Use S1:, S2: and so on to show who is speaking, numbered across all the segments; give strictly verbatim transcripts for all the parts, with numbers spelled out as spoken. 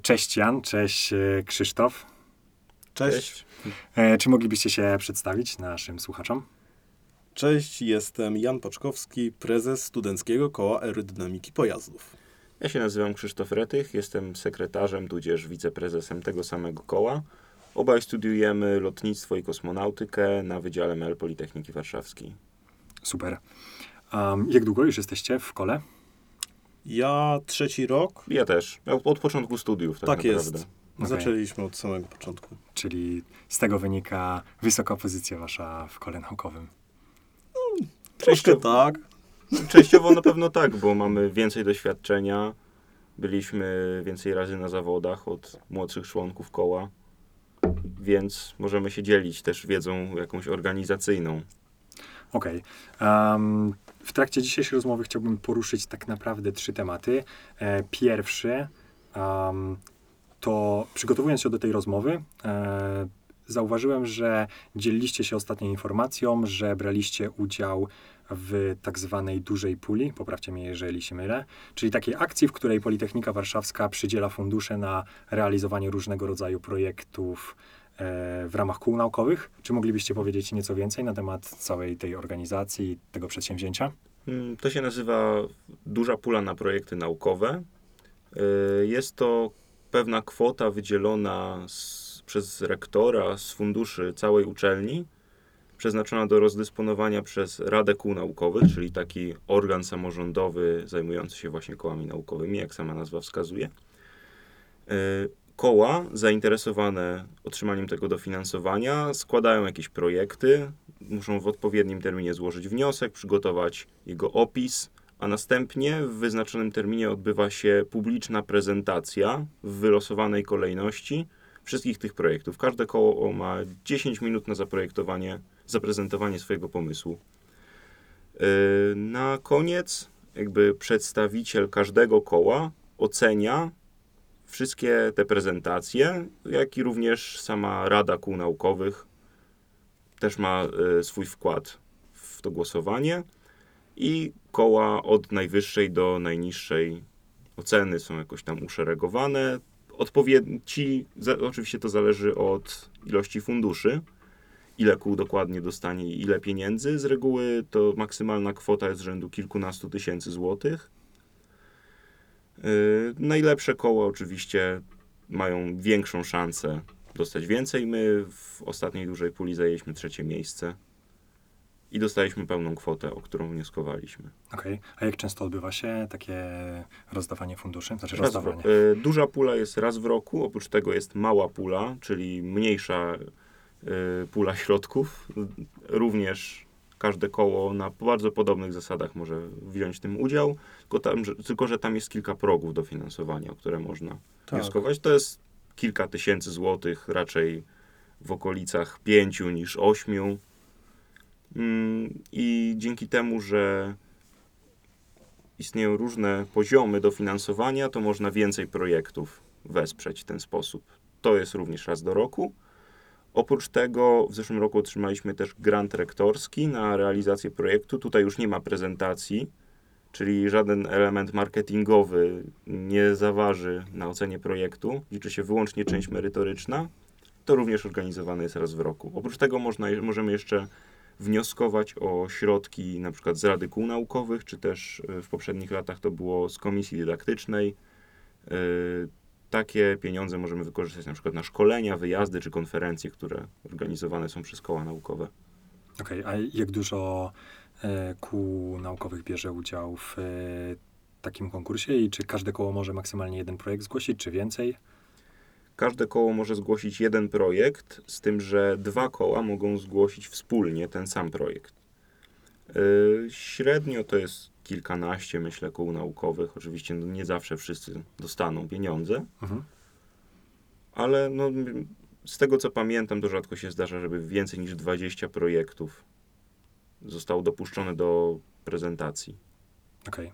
S1: Cześć Jan, cześć e, Krzysztof.
S2: Cześć.
S1: E, Czy moglibyście się przedstawić naszym słuchaczom?
S2: Cześć, jestem Jan Paczkowski, prezes Studenckiego Koła Aerodynamiki Pojazdów.
S3: Ja się nazywam Krzysztof Retych, jestem sekretarzem, tudzież wiceprezesem tego samego koła. Obaj studiujemy lotnictwo i kosmonautykę na Wydziale M E L Politechniki Warszawskiej.
S1: Super. Um, jak długo już jesteście w kole?
S2: Ja trzeci rok.
S3: Ja też, od, od początku studiów tak,
S2: Tak
S3: naprawdę.
S2: jest.
S1: Okej.
S2: Zaczęliśmy od samego początku.
S1: Czyli z tego wynika wysoka pozycja wasza w kole naukowym.
S2: Troszkę tak.
S3: Częściowo na pewno tak, bo mamy więcej doświadczenia. Byliśmy więcej razy na zawodach od młodszych członków koła, więc możemy się dzielić też wiedzą jakąś organizacyjną.
S1: Okej. Um, w trakcie dzisiejszej rozmowy chciałbym poruszyć tak naprawdę trzy tematy. E, pierwszy um, to przygotowując się do tej rozmowy, e, zauważyłem, że dzieliliście się ostatnio informacją, że braliście udział w tak zwanej dużej puli, poprawcie mnie, jeżeli się mylę, czyli takiej akcji, w której Politechnika Warszawska przydziela fundusze na realizowanie różnego rodzaju projektów e, w ramach kół naukowych. Czy moglibyście powiedzieć nieco więcej na temat całej tej organizacji, tego przedsięwzięcia?
S3: Mm, To się nazywa duża pula na projekty naukowe. Y, Jest to pewna kwota wydzielona z, przez rektora z funduszy całej uczelni, przeznaczona do rozdysponowania przez Radę Kół Naukowych, czyli taki organ samorządowy zajmujący się właśnie kołami naukowymi, jak sama nazwa wskazuje. Y, Koła zainteresowane otrzymaniem tego dofinansowania składają jakieś projekty, muszą w odpowiednim terminie złożyć wniosek, przygotować jego opis, a następnie w wyznaczonym terminie odbywa się publiczna prezentacja w wylosowanej kolejności wszystkich tych projektów. Każde koło ma dziesięć minut na zaprojektowanie, zaprezentowanie swojego pomysłu. Yy, Na koniec jakby przedstawiciel każdego koła ocenia wszystkie te prezentacje, jak i również sama Rada Kół Naukowych też ma y, swój wkład w to głosowanie i koła od najwyższej do najniższej oceny są jakoś tam uszeregowane. Odpowiedni, ci, za, oczywiście to zależy od ilości funduszy, ile kół dokładnie dostanie i ile pieniędzy. Z reguły to maksymalna kwota jest z rzędu kilkunastu tysięcy złotych. Yy, najlepsze koła oczywiście mają większą szansę dostać więcej. My w ostatniej dużej puli zajęliśmy trzecie miejsce i dostaliśmy pełną kwotę, o którą wnioskowaliśmy.
S1: Okej. A jak często odbywa się takie rozdawanie funduszy? Znaczy
S3: Raz w
S1: rozdawanie.
S3: ro- y, Duża pula jest raz w roku, oprócz tego jest mała pula, czyli mniejsza y, pula środków. Również każde koło na bardzo podobnych zasadach może wziąć w tym udział, tylko, tam, że, tylko że tam jest kilka progów dofinansowania, o które można
S2: Tak.
S3: wnioskować. To jest kilka tysięcy złotych, raczej w okolicach pięciu niż ośmiu. Mm, I dzięki temu, że istnieją różne poziomy dofinansowania, to można więcej projektów wesprzeć w ten sposób. To jest również raz do roku. Oprócz tego w zeszłym roku otrzymaliśmy też grant rektorski na realizację projektu. Tutaj już nie ma prezentacji, czyli żaden element marketingowy nie zaważy na ocenie projektu. Liczy się wyłącznie część merytoryczna. To również organizowane jest raz w roku. Oprócz tego można, możemy jeszcze wnioskować o środki na przykład z Rady Kół Naukowych, czy też w poprzednich latach to było z komisji dydaktycznej. Yy, Takie pieniądze możemy wykorzystać na przykład na szkolenia, wyjazdy czy konferencje, które organizowane są przez koła naukowe.
S1: Okej, a jak dużo e, kół naukowych bierze udział w e, takim konkursie i czy każde koło może maksymalnie jeden projekt zgłosić, czy więcej?
S3: Każde koło może zgłosić jeden projekt, z tym, że dwa koła mogą zgłosić wspólnie ten sam projekt. Yy, Średnio to jest kilkanaście, myślę, kół naukowych. Oczywiście no, nie zawsze wszyscy dostaną pieniądze,
S1: Mhm.
S3: ale no, z tego co pamiętam, to rzadko się zdarza, żeby więcej niż dwadzieścia projektów zostało dopuszczone do prezentacji.
S1: Okej.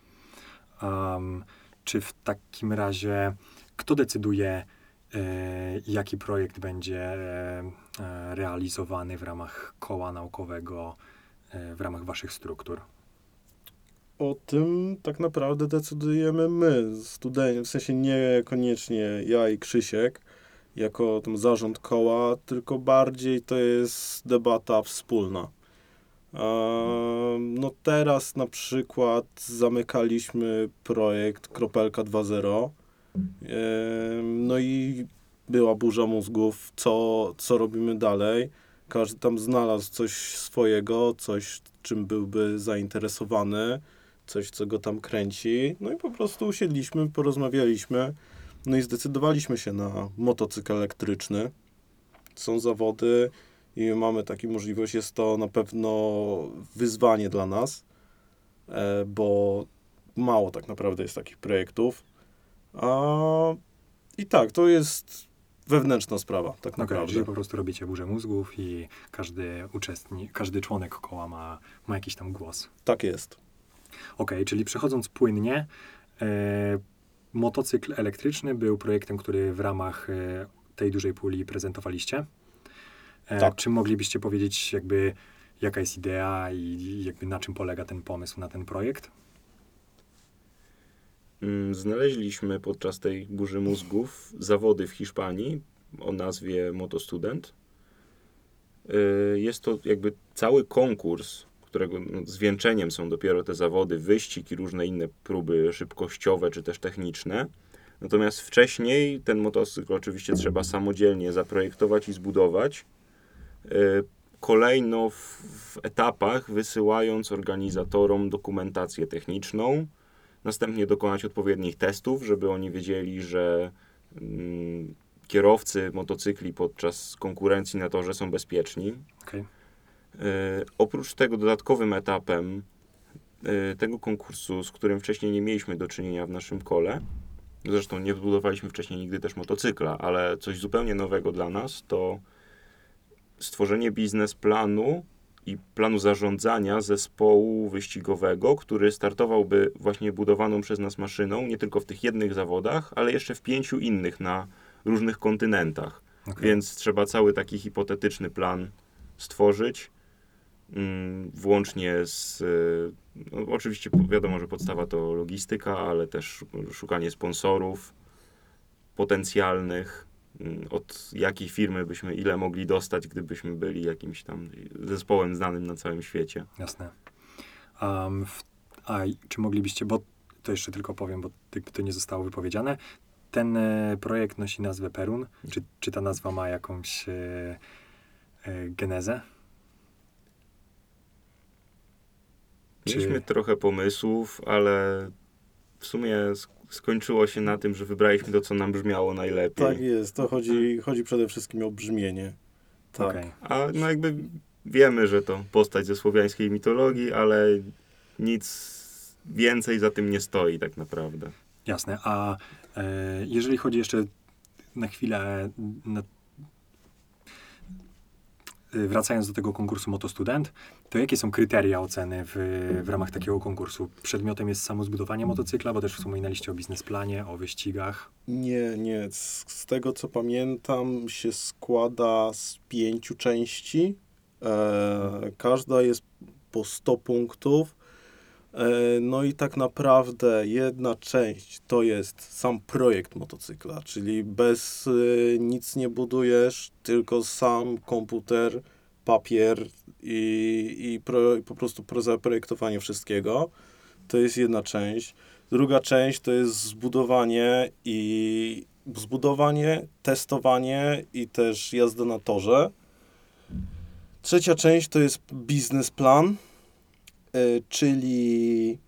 S1: Um, czy w takim razie kto decyduje, e, jaki projekt będzie e, e, realizowany w ramach koła naukowego, e, w ramach waszych struktur?
S2: O tym tak naprawdę decydujemy my, studenci, w sensie niekoniecznie ja i Krzysiek, jako tam zarząd koła, tylko bardziej to jest debata wspólna. Ehm, No teraz na przykład zamykaliśmy projekt Kropelka dwa zero. Ehm, No i była burza mózgów, co, co robimy dalej. Każdy tam znalazł coś swojego, coś, czym byłby zainteresowany, coś, co go tam kręci. No i po prostu usiedliśmy, porozmawialiśmy, no i zdecydowaliśmy się na motocykl elektryczny. Są zawody i mamy taką możliwość. Jest to na pewno wyzwanie dla nas, e, bo mało tak naprawdę jest takich projektów. A, I tak, to jest wewnętrzna sprawa, tak
S1: Okej,
S2: naprawdę.
S1: czyli po prostu robicie burzę mózgów i każdy uczestnik, każdy członek koła ma, ma jakiś tam głos.
S2: Tak jest.
S1: Okej, czyli przechodząc płynnie, e, motocykl elektryczny był projektem, który w ramach e, tej dużej puli prezentowaliście. E,
S2: Tak.
S1: Czy moglibyście powiedzieć jakby jaka jest idea i jakby na czym polega ten pomysł na ten projekt?
S3: Mm, Znaleźliśmy podczas tej burzy mózgów zawody w Hiszpanii o nazwie Motostudent. Y, Jest to jakby cały konkurs, którego no, zwieńczeniem są dopiero te zawody, wyścig i różne inne próby szybkościowe czy też techniczne. Natomiast wcześniej ten motocykl oczywiście trzeba samodzielnie zaprojektować i zbudować. Y, Kolejno w, w etapach wysyłając organizatorom dokumentację techniczną, następnie dokonać odpowiednich testów, żeby oni wiedzieli, że mm, kierowcy motocykli podczas konkurencji na torze są bezpieczni.
S1: Okej.
S3: E, oprócz tego dodatkowym etapem e, tego konkursu, z którym wcześniej nie mieliśmy do czynienia w naszym kole, zresztą nie budowaliśmy wcześniej nigdy też motocykla, ale coś zupełnie nowego dla nas, to stworzenie biznesplanu i planu zarządzania zespołu wyścigowego, który startowałby właśnie budowaną przez nas maszyną, nie tylko w tych jednych zawodach, ale jeszcze w pięciu innych na różnych kontynentach.
S1: Okej.
S3: Więc trzeba cały taki hipotetyczny plan stworzyć, mm, włącznie z... y, No, oczywiście wiadomo, że podstawa to logistyka, ale też szukanie sponsorów potencjalnych, mm, od jakiej firmy byśmy ile mogli dostać, gdybyśmy byli jakimś tam zespołem znanym na całym świecie.
S1: Jasne. Um, w, a i czy moglibyście, bo to jeszcze tylko powiem, bo jakby to nie zostało wypowiedziane, ten e, projekt nosi nazwę Perun. Czy, czy ta nazwa ma jakąś e, e, genezę?
S3: Mieliśmy
S1: Czy-
S3: trochę pomysłów, ale w sumie sk- skończyło się na tym, że wybraliśmy to, co nam brzmiało najlepiej.
S2: Tak jest, to chodzi, chodzi przede wszystkim o brzmienie. Tak.
S1: Okej.
S3: A no jakby wiemy, że to postać ze słowiańskiej mitologii, ale nic więcej za tym nie stoi tak naprawdę.
S1: Jasne. A e, jeżeli chodzi jeszcze na chwilę, na, e, wracając do tego konkursu Motostudent, to jakie są kryteria oceny w, w ramach takiego konkursu? Przedmiotem jest samo zbudowanie motocykla, bo też wspominaliście o biznesplanie, o wyścigach.
S2: Nie, nie. Z, z tego co pamiętam się składa z pięciu części. E, każda jest po sto punktów. E, no i tak naprawdę jedna część to jest sam projekt motocykla, czyli bez y, nic nie budujesz, tylko sam komputer, papier i, i, pro, i po prostu pro zaprojektowanie wszystkiego. To jest jedna część. Druga część to jest zbudowanie i zbudowanie, testowanie i też jazda na torze. Trzecia część to jest biznesplan, y, czyli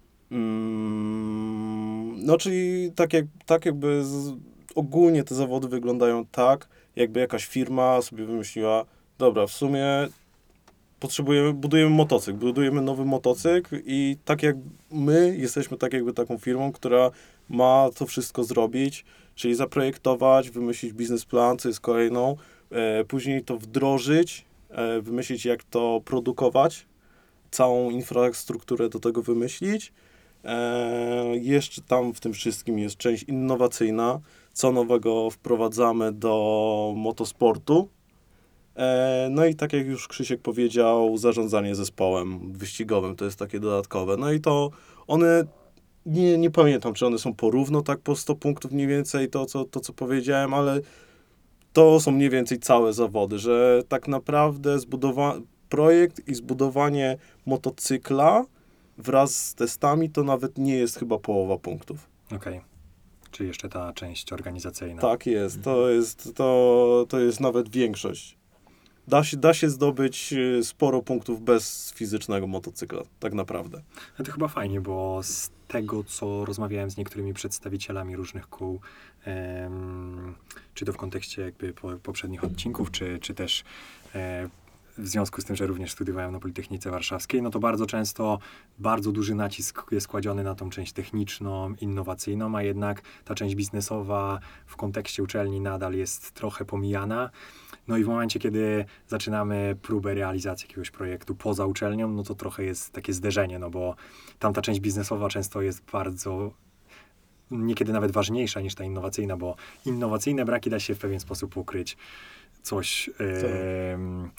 S2: mm, no czyli tak, jak, tak jakby z, ogólnie te zawody wyglądają tak, jakby jakaś firma sobie wymyśliła, dobra, w sumie potrzebujemy, budujemy motocykl, budujemy nowy motocykl i tak jak my jesteśmy tak jakby taką firmą, która ma to wszystko zrobić, czyli zaprojektować, wymyślić biznesplan, co jest kolejną, e, później to wdrożyć, e, wymyślić jak to produkować, całą infrastrukturę do tego wymyślić. E, jeszcze tam w tym wszystkim jest część innowacyjna, co nowego wprowadzamy do motosportu. E, no i tak jak już Krzysiek powiedział, zarządzanie zespołem wyścigowym to jest takie dodatkowe. No i to one, nie, nie pamiętam, czy one są porówno tak po sto punktów mniej więcej, to co, to co powiedziałem, ale to są mniej więcej całe zawody, że tak naprawdę zbudowa- projekt i zbudowanie motocykla wraz z testami to nawet nie jest chyba połowa punktów.
S1: Okej. Czy jeszcze ta część organizacyjna?
S2: Tak jest, to jest, to, to jest nawet większość. Da się, da się zdobyć y, sporo punktów bez fizycznego motocykla, tak naprawdę.
S1: No to chyba fajnie, bo z tego, co rozmawiałem z niektórymi przedstawicielami różnych kół, em, czy to w kontekście jakby po, poprzednich odcinków, czy, czy też e, w związku z tym, że również studiowałem na Politechnice Warszawskiej, no to bardzo często bardzo duży nacisk jest kładziony na tą część techniczną, innowacyjną, a jednak ta część biznesowa w kontekście uczelni nadal jest trochę pomijana. No i w momencie, kiedy zaczynamy próbę realizacji jakiegoś projektu poza uczelnią, no to trochę jest takie zderzenie, no bo tam ta część biznesowa często jest bardzo, niekiedy nawet ważniejsza niż ta innowacyjna, bo innowacyjne braki da się w pewien sposób ukryć, coś em,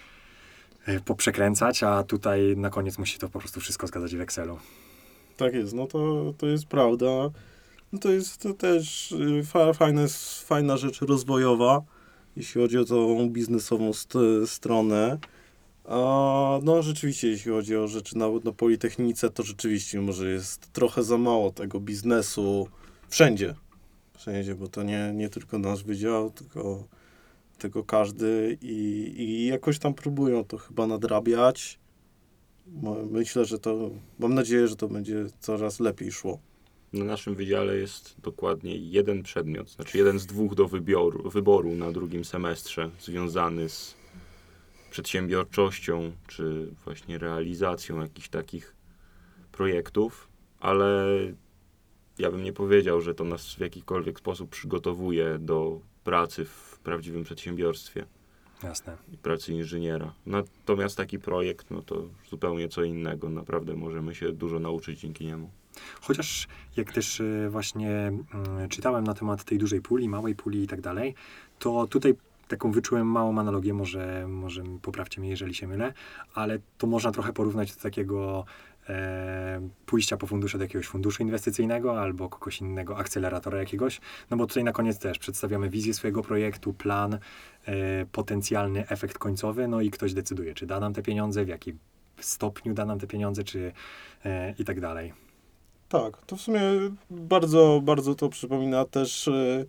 S1: e, poprzekręcać, a tutaj na koniec musi to po prostu wszystko zgadzać w Excelu.
S2: Tak jest, no to, to jest prawda. No to jest to też y, fa, fajne, fajna rzecz rozwojowa, jeśli chodzi o tą biznesową st- stronę. A no rzeczywiście, jeśli chodzi o rzeczy na, na Politechnice, to rzeczywiście może jest trochę za mało tego biznesu wszędzie. Wszędzie, bo to nie, nie tylko nasz wydział, tylko, tylko każdy i, i jakoś tam próbują to chyba nadrabiać. Mo- Myślę, że to, mam nadzieję, że to będzie coraz lepiej szło.
S3: Na naszym wydziale jest dokładnie jeden przedmiot, znaczy jeden z dwóch do wybioru, wyboru na drugim semestrze, związany z przedsiębiorczością, czy właśnie realizacją jakichś takich projektów, ale ja bym nie powiedział, że to nas w jakikolwiek sposób przygotowuje do pracy w prawdziwym przedsiębiorstwie
S1: Jasne.
S3: i pracy inżyniera. Natomiast taki projekt, no to zupełnie co innego. Naprawdę możemy się dużo nauczyć dzięki niemu.
S1: Chociaż jak też y, właśnie mm, czytałem na temat tej dużej puli, małej puli i tak dalej, to tutaj taką wyczułem małą analogię, może, może poprawcie mnie, jeżeli się mylę, ale to można trochę porównać do takiego e, pójścia po fundusze do jakiegoś funduszu inwestycyjnego albo kogoś innego, akceleratora jakiegoś, no bo tutaj na koniec też przedstawiamy wizję swojego projektu, plan, e, potencjalny efekt końcowy, no i ktoś decyduje, czy da nam te pieniądze, w jakim stopniu da nam te pieniądze, czy e, i tak dalej.
S2: Tak, to w sumie bardzo, bardzo to przypomina też. e,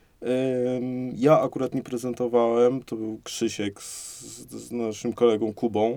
S2: em, ja akurat nie prezentowałem, to był Krzysiek z, z naszym kolegą Kubą,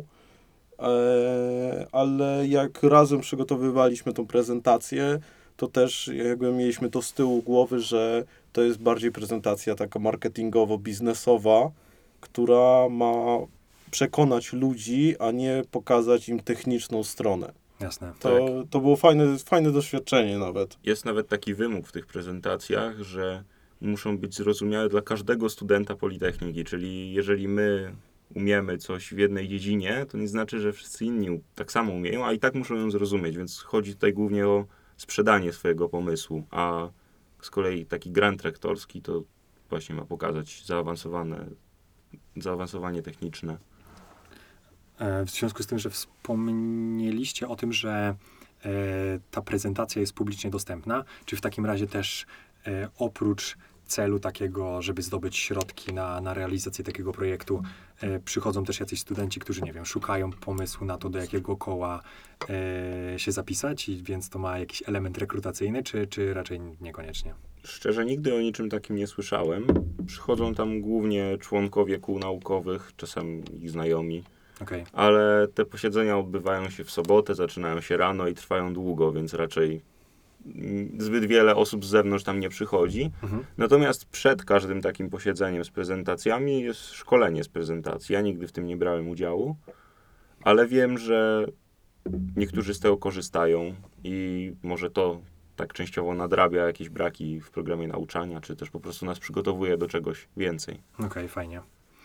S2: e, ale jak razem przygotowywaliśmy tą prezentację, to też jakby mieliśmy to z tyłu głowy, że to jest bardziej prezentacja taka marketingowo-biznesowa, która ma przekonać ludzi, a nie pokazać im techniczną stronę.
S1: Jasne.
S2: To, to było fajne, fajne doświadczenie nawet.
S3: Jest nawet taki wymóg w tych prezentacjach, że muszą być zrozumiałe dla każdego studenta Politechniki, czyli jeżeli my umiemy coś w jednej dziedzinie, to nie znaczy, że wszyscy inni tak samo umieją, a i tak muszą ją zrozumieć, więc chodzi tutaj głównie o sprzedanie swojego pomysłu, a z kolei taki grant rektorski to właśnie ma pokazać zaawansowane, zaawansowanie techniczne.
S1: E, W związku z tym, że wspomnieliście o tym, że e, ta prezentacja jest publicznie dostępna, czy w takim razie też e, oprócz celu takiego, żeby zdobyć środki na, na realizację takiego projektu, e, przychodzą też jacyś studenci, którzy, nie wiem, szukają pomysłu na to, do jakiego koła e, się zapisać, i więc to ma jakiś element rekrutacyjny, czy, czy raczej niekoniecznie?
S3: Szczerze, nigdy o niczym takim nie słyszałem. Przychodzą tam głównie członkowie kół naukowych, czasem ich znajomi,
S1: Okej.
S3: ale te posiedzenia odbywają się w sobotę, zaczynają się rano i trwają długo, więc raczej mm, zbyt wiele osób z zewnątrz tam nie przychodzi.
S1: Mhm.
S3: Natomiast przed każdym takim posiedzeniem z prezentacjami jest szkolenie z prezentacji. Ja nigdy w tym nie brałem udziału, ale wiem, że niektórzy z tego korzystają i może to tak częściowo nadrabia jakieś braki w programie nauczania, czy też po prostu nas przygotowuje do czegoś więcej.
S1: Okej, fajnie.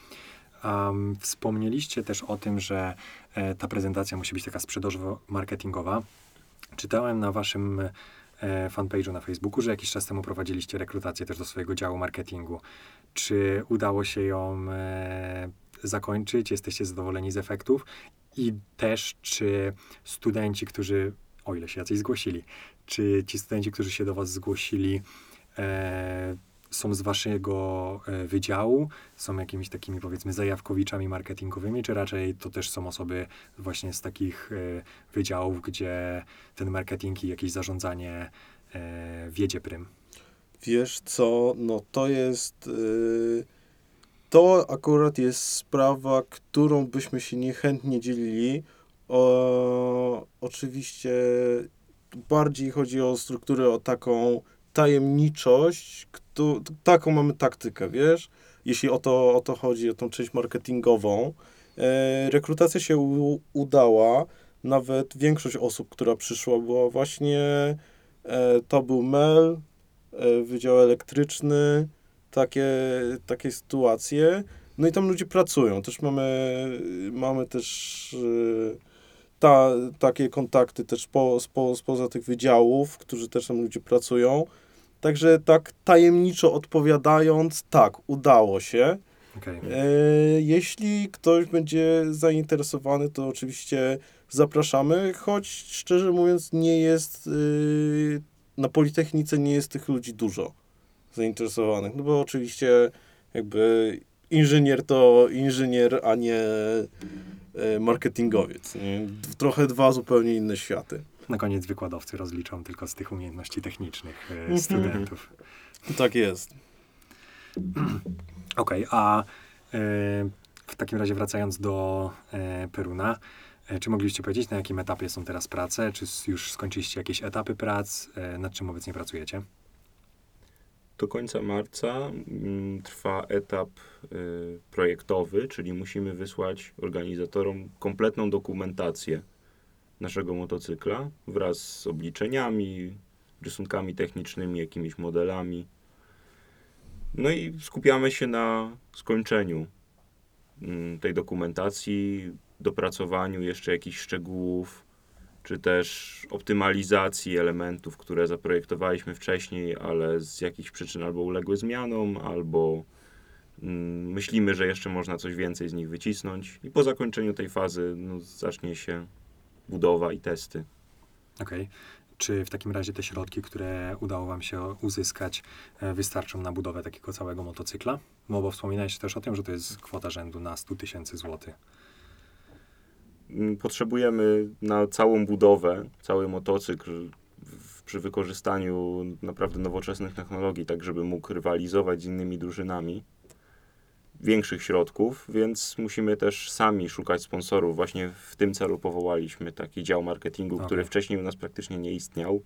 S1: Um, wspomnieliście też o tym, że e, ta prezentacja musi być taka sprzedażowo-marketingowa. Czytałem na waszym e, fanpage'u na Facebooku, że jakiś czas temu prowadziliście rekrutację też do swojego działu marketingu. Czy udało się ją e, zakończyć, jesteście zadowoleni z efektów i też czy studenci, którzy, o ile się jacyś zgłosili, czy ci studenci, którzy się do was zgłosili, e, są z waszego e, wydziału, są jakimiś takimi, powiedzmy, zajawkowiczami marketingowymi, czy raczej to też są osoby właśnie z takich e, wydziałów, gdzie ten marketing i jakieś zarządzanie e, wiedzie prym?
S2: Wiesz co, no to jest... Yy, to akurat jest sprawa, którą byśmy się niechętnie dzielili. O, oczywiście bardziej chodzi o strukturę, o taką tajemniczość, któ- taką mamy taktykę, wiesz? Jeśli o to, o to chodzi, o tą część marketingową. E, rekrutacja się u, udała. Nawet większość osób, która przyszła, była właśnie, e, to był Mel, e, Wydział Elektryczny, takie, takie sytuacje. No i tam ludzie pracują. Też mamy, mamy też e, ta, takie kontakty też po, spo, spoza tych wydziałów, którzy też tam ludzie pracują. Także tak tajemniczo odpowiadając, tak, udało się.
S1: Okej.
S2: E, jeśli ktoś będzie zainteresowany, to oczywiście zapraszamy, choć szczerze mówiąc nie jest, y, na Politechnice nie jest tych ludzi dużo zainteresowanych, no bo oczywiście jakby inżynier to inżynier, a nie e, marketingowiec. Nie? D- Trochę dwa zupełnie inne światy.
S1: Na koniec wykładowcy rozliczą tylko z tych umiejętności technicznych e,
S2: Mhm.
S1: studentów.
S2: Tak jest.
S1: Okej, a e, w takim razie wracając do e, Peruna, e, czy mogliście powiedzieć, na jakim etapie są teraz prace? Czy s- już skończyliście jakieś etapy prac? E, nad czym obecnie pracujecie?
S3: Do końca marca mm, trwa etap y, projektowy, czyli musimy wysłać organizatorom kompletną dokumentację naszego motocykla wraz z obliczeniami, rysunkami technicznymi, jakimiś modelami. No i skupiamy się na skończeniu mm, tej dokumentacji, dopracowaniu jeszcze jakichś szczegółów, czy też optymalizacji elementów, które zaprojektowaliśmy wcześniej, ale z jakichś przyczyn albo uległy zmianom, albo mm, myślimy, że jeszcze można coś więcej z nich wycisnąć. I po zakończeniu tej fazy no, zacznie się budowa i testy.
S1: Okej. Czy w takim razie te środki, które udało wam się uzyskać, e, wystarczą na budowę takiego całego motocykla? No bo wspominałeś też o tym, że to jest kwota rzędu na sto tysięcy złotych.
S3: Mm, Potrzebujemy na całą budowę, cały motocykl w, przy wykorzystaniu naprawdę nowoczesnych technologii, tak żeby mógł rywalizować z innymi drużynami, większych środków, więc musimy też sami szukać sponsorów. Właśnie w tym celu powołaliśmy taki dział marketingu,
S1: Okej.
S3: który wcześniej u nas praktycznie nie istniał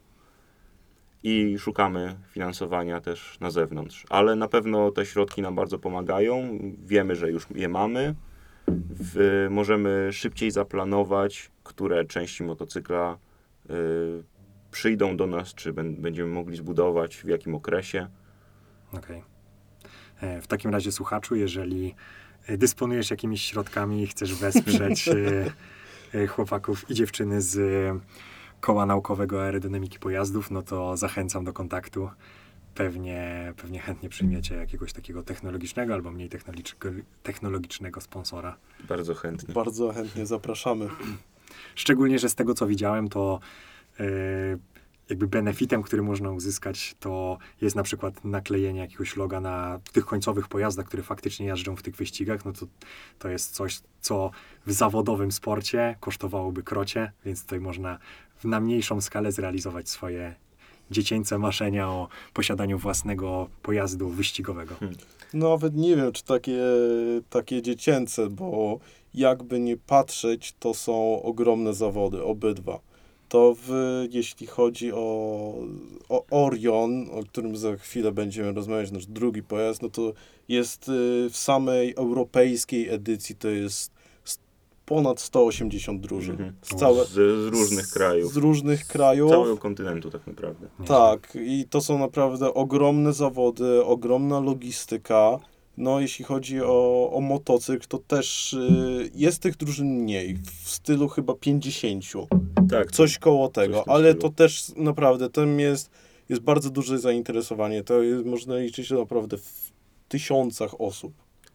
S3: i szukamy finansowania też na zewnątrz. Ale na pewno te środki nam bardzo pomagają. Wiemy, że już je mamy. W, możemy szybciej zaplanować, które części motocykla y, przyjdą do nas, czy ben, będziemy mogli zbudować, w jakim okresie.
S1: Okej. E, W takim razie, słuchaczu, jeżeli e, dysponujesz jakimiś środkami i chcesz wesprzeć e, e, chłopaków i dziewczyny z e, Koła Naukowego Aerodynamiki Pojazdów, no to zachęcam do kontaktu. Pewnie, pewnie chętnie przyjmiecie jakiegoś takiego technologicznego albo mniej technologicznego, technologicznego sponsora.
S3: Bardzo chętnie.
S2: Bardzo chętnie zapraszamy.
S1: Szczególnie, że z tego, co widziałem, to e, jakby benefitem, który można uzyskać, to jest na przykład naklejenie jakiegoś loga na tych końcowych pojazdach, które faktycznie jeżdżą w tych wyścigach, no to to jest coś, co w zawodowym sporcie kosztowałoby krocie, więc tutaj można w na mniejszą skalę zrealizować swoje dziecięce marzenia o posiadaniu własnego pojazdu wyścigowego.
S2: Nawet nie wiem, czy takie, takie dziecięce, bo jakby nie patrzeć, to są ogromne zawody, obydwa. To w, jeśli chodzi o, o Orion, o którym za chwilę będziemy rozmawiać, nasz drugi pojazd, no to jest y, w samej europejskiej edycji to jest s- ponad sto osiemdziesiąt drużyn.
S3: Mhm.
S2: Z, całe,
S3: Z, z różnych krajów.
S2: Z różnych krajów.
S3: Całego kontynentu tak naprawdę.
S1: Nieźle.
S2: Tak, i to są naprawdę ogromne zawody, ogromna logistyka. No, jeśli chodzi o, o motocykl, to też y, jest tych drużyn mniej, w stylu chyba pięćdziesięciu,
S3: Tak,
S2: coś koło tego,
S3: w tym
S2: ale
S3: stylu.
S2: to też naprawdę, tam jest, jest bardzo duże zainteresowanie, to jest, można liczyć naprawdę w tysiącach osób.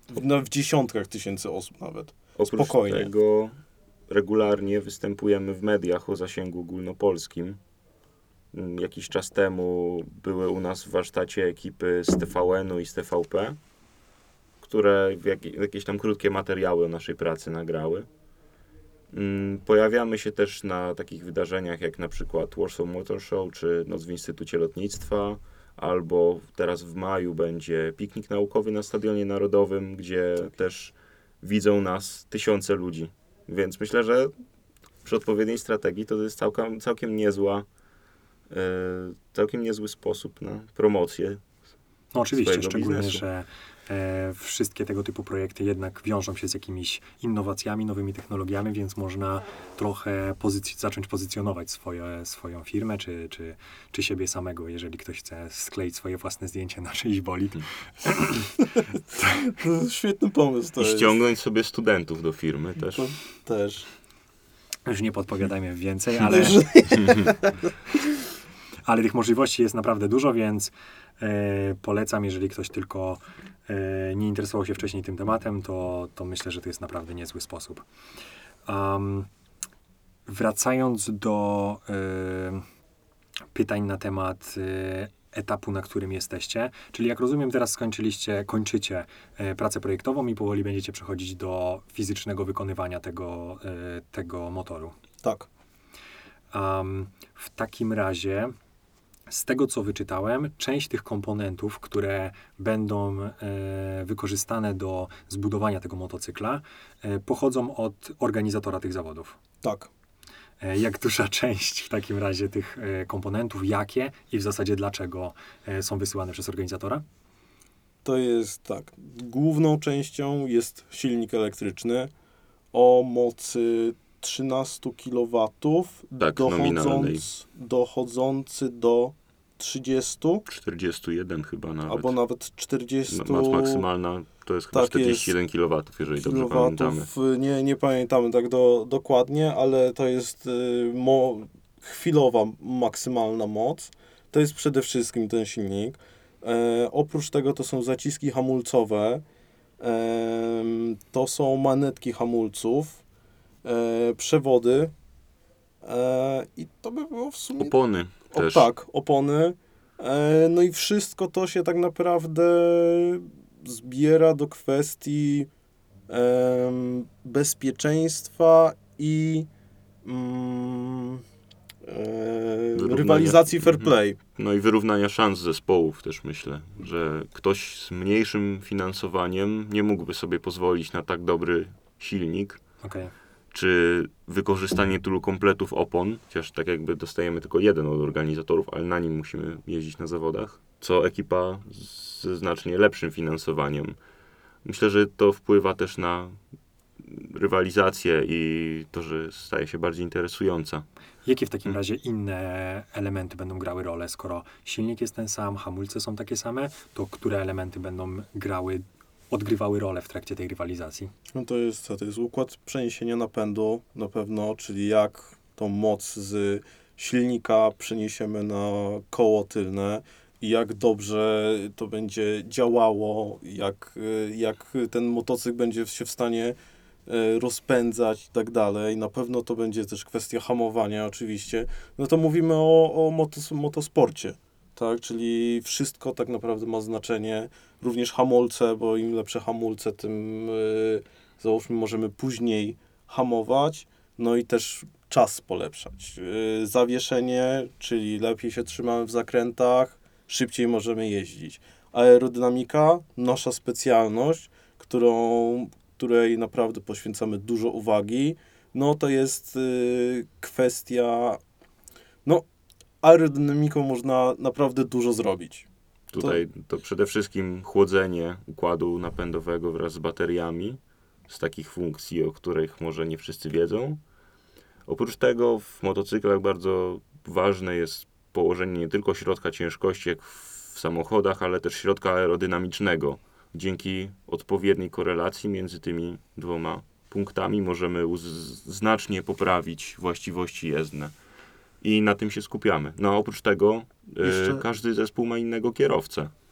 S2: w, no, w dziesiątkach tysięcy osób nawet.
S3: Oprócz
S2: Spokojnie.
S3: tego regularnie występujemy w mediach o zasięgu ogólnopolskim. Mm, Jakiś czas temu były u nas w warsztacie ekipy z T V N-u i z T V P, które w jak, jakieś tam krótkie materiały o naszej pracy nagrały. Mm, Pojawiamy się też na takich wydarzeniach jak na przykład Warsaw Motor Show czy Noc w Instytucie Lotnictwa, albo teraz w maju będzie piknik naukowy na Stadionie Narodowym, gdzie też widzą nas tysiące ludzi. Więc myślę, że przy odpowiedniej strategii to jest całkiem, całkiem niezła, e, całkiem niezły sposób na promocję.
S1: No oczywiście,
S3: swojego
S1: szczególnie,
S3: biznesu.
S1: że e, wszystkie tego typu projekty jednak wiążą się z jakimiś innowacjami, nowymi technologiami, więc można trochę pozyc- zacząć pozycjonować swoje, swoją firmę, czy, czy, czy siebie samego, jeżeli ktoś chce skleić swoje własne zdjęcie na czyjś bolid.
S2: To jest świetny pomysł. To
S3: I
S2: jest.
S3: ściągnąć sobie studentów do firmy też.
S2: To też.
S1: Już nie podpowiadajmy więcej, ale, ale tych możliwości jest naprawdę dużo, więc e, polecam, jeżeli ktoś tylko e, nie interesował się wcześniej tym tematem, to, to myślę, że to jest naprawdę niezły sposób. Um, wracając do e, pytań na temat e, etapu, na którym jesteście, czyli jak rozumiem, teraz skończyliście, kończycie e, pracę projektową i powoli będziecie przechodzić do fizycznego wykonywania tego, e, tego motoru.
S2: Tak.
S1: Um, w takim razie, z tego co wyczytałem, część tych komponentów, które będą e, wykorzystane do zbudowania tego motocykla, e, pochodzą od organizatora tych zawodów.
S2: Tak.
S1: E, jak duża część w takim razie tych e, komponentów, jakie i w zasadzie dlaczego e, są wysyłane przez organizatora?
S2: To jest tak. Główną częścią jest silnik elektryczny o mocy trzynaście kilowatów,
S3: Tak, nominalnej.
S2: dochodząc, dochodzący do trzydziestu,
S3: czterdzieści jeden chyba nawet.
S2: albo nawet czterdziestu
S3: No, moc maksymalna to jest chyba
S2: Tak
S3: czterdzieści jeden kilowatów, jeżeli dobrze
S2: kilowatów.
S3: pamiętamy.
S2: Nie, nie pamiętamy tak do, dokładnie, ale to jest y, mo, chwilowa maksymalna moc. To jest przede wszystkim ten silnik. E, oprócz tego to są zaciski hamulcowe, e, to są manetki hamulców, e, przewody e, i to by było w sumie...
S3: Opony
S2: O,
S3: też.
S2: tak, opony. E, no i wszystko to się tak naprawdę zbiera do kwestii em, bezpieczeństwa i mm, e,
S3: Wyrównania.
S2: rywalizacji fair
S3: Mhm.
S2: play.
S3: No i wyrównania szans zespołów też myślę, że ktoś z mniejszym finansowaniem nie mógłby sobie pozwolić na tak dobry silnik,
S1: Okej.
S3: czy wykorzystanie tylu kompletów opon, chociaż tak jakby dostajemy tylko jeden od organizatorów, ale na nim musimy jeździć na zawodach, co ekipa ze znacznie lepszym finansowaniem. Myślę, że to wpływa też na rywalizację i to, że staje się bardziej interesująca.
S1: Jakie w takim
S3: Hmm.
S1: razie inne elementy będą grały rolę? Skoro silnik jest ten sam, hamulce są takie same, to które elementy będą grały, odgrywały rolę w trakcie tej rywalizacji?
S2: No to jest co? To jest układ przeniesienia napędu na pewno, czyli jak tą moc z silnika przeniesiemy na koło tylne i jak dobrze to będzie działało, jak, y, jak ten motocykl będzie się w stanie y, rozpędzać i tak dalej. Na pewno to będzie też kwestia hamowania oczywiście. No to mówimy o, o motos, motosporcie, tak? Czyli wszystko tak naprawdę ma znaczenie. Również hamulce, bo im lepsze hamulce, tym y, załóżmy możemy później hamować, no i też czas polepszać. Yy, zawieszenie, czyli lepiej się trzymamy w zakrętach, szybciej możemy jeździć. Aerodynamika, nasza specjalność, którą, której naprawdę poświęcamy dużo uwagi, no to jest yy, kwestia, no aerodynamiką można naprawdę dużo zrobić.
S3: Tutaj to przede wszystkim chłodzenie układu napędowego wraz z bateriami, z takich funkcji, o których może nie wszyscy wiedzą. Oprócz tego w motocyklach bardzo ważne jest położenie nie tylko środka ciężkości, jak w samochodach, ale też środka aerodynamicznego. Dzięki odpowiedniej korelacji między tymi dwoma punktami możemy uz- znacznie poprawić właściwości jezdne. I na tym się skupiamy. No a oprócz tego y,
S2: Jeszcze-
S3: każdy zespół ma innego kierowcę.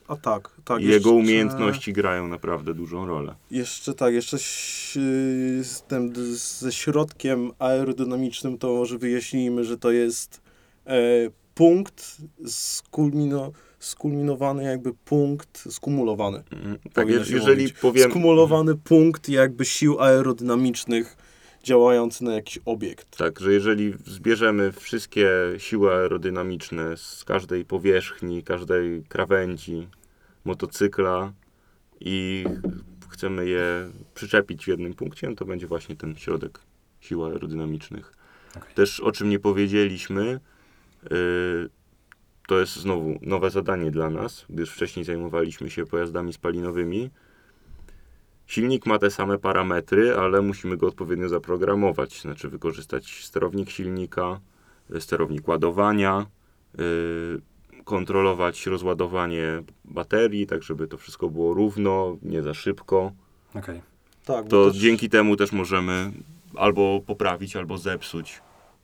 S2: A tak, tak.
S3: I jego
S2: jeszcze-
S3: umiejętności grają naprawdę dużą rolę.
S2: Jeszcze tak, jeszcze ś- z tym d- ze środkiem aerodynamicznym to może wyjaśnijmy, że to jest e, punkt skulmino, skulminowany jakby punkt, skumulowany.
S3: Mhm. Tak,
S2: Powinno
S3: je-
S2: się
S3: jeżeli
S2: mówić.
S3: powiem...
S2: Skumulowany punkt jakby sił aerodynamicznych działający na jakiś obiekt.
S3: Tak, że jeżeli zbierzemy wszystkie siły aerodynamiczne z każdej powierzchni, każdej krawędzi motocykla i chcemy je przyczepić w jednym punkcie, no to będzie właśnie ten środek sił aerodynamicznych.
S1: Okej.
S3: Też o czym nie powiedzieliśmy, yy, to jest znowu nowe zadanie dla nas, gdyż wcześniej zajmowaliśmy się pojazdami spalinowymi. Silnik ma te same parametry, ale musimy go odpowiednio zaprogramować, znaczy wykorzystać sterownik silnika, y, sterownik ładowania, y, kontrolować rozładowanie baterii, tak żeby to wszystko było równo, nie za szybko.
S1: Okej.
S2: Tak, bo
S3: To
S2: też-
S3: dzięki temu też możemy albo poprawić, albo zepsuć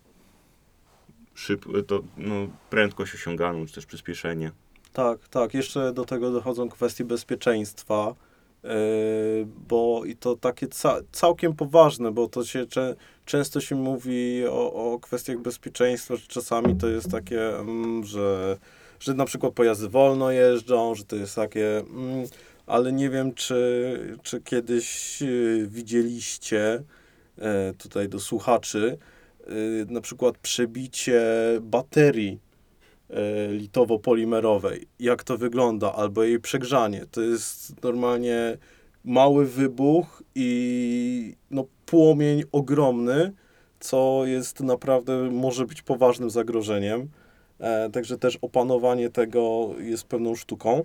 S3: szyb, to, no, prędkość osiąganą, czy też przyspieszenie.
S2: Tak, tak. Jeszcze do tego dochodzą kwestie bezpieczeństwa, yy, bo i to takie ca całkiem poważne, bo to się cze często się mówi o, o kwestiach bezpieczeństwa, że czasami to jest takie, mm, że, że na przykład pojazdy wolno jeżdżą, że to jest takie, mm, ale nie wiem, czy, czy kiedyś yy, widzieliście, yy, tutaj do słuchaczy, yy, na przykład przebicie baterii e, litowo-polimerowej, jak to wygląda, albo jej przegrzanie. To jest normalnie mały wybuch i no, płomień ogromny, co jest naprawdę, może być poważnym zagrożeniem. E, także też opanowanie tego jest pewną sztuką.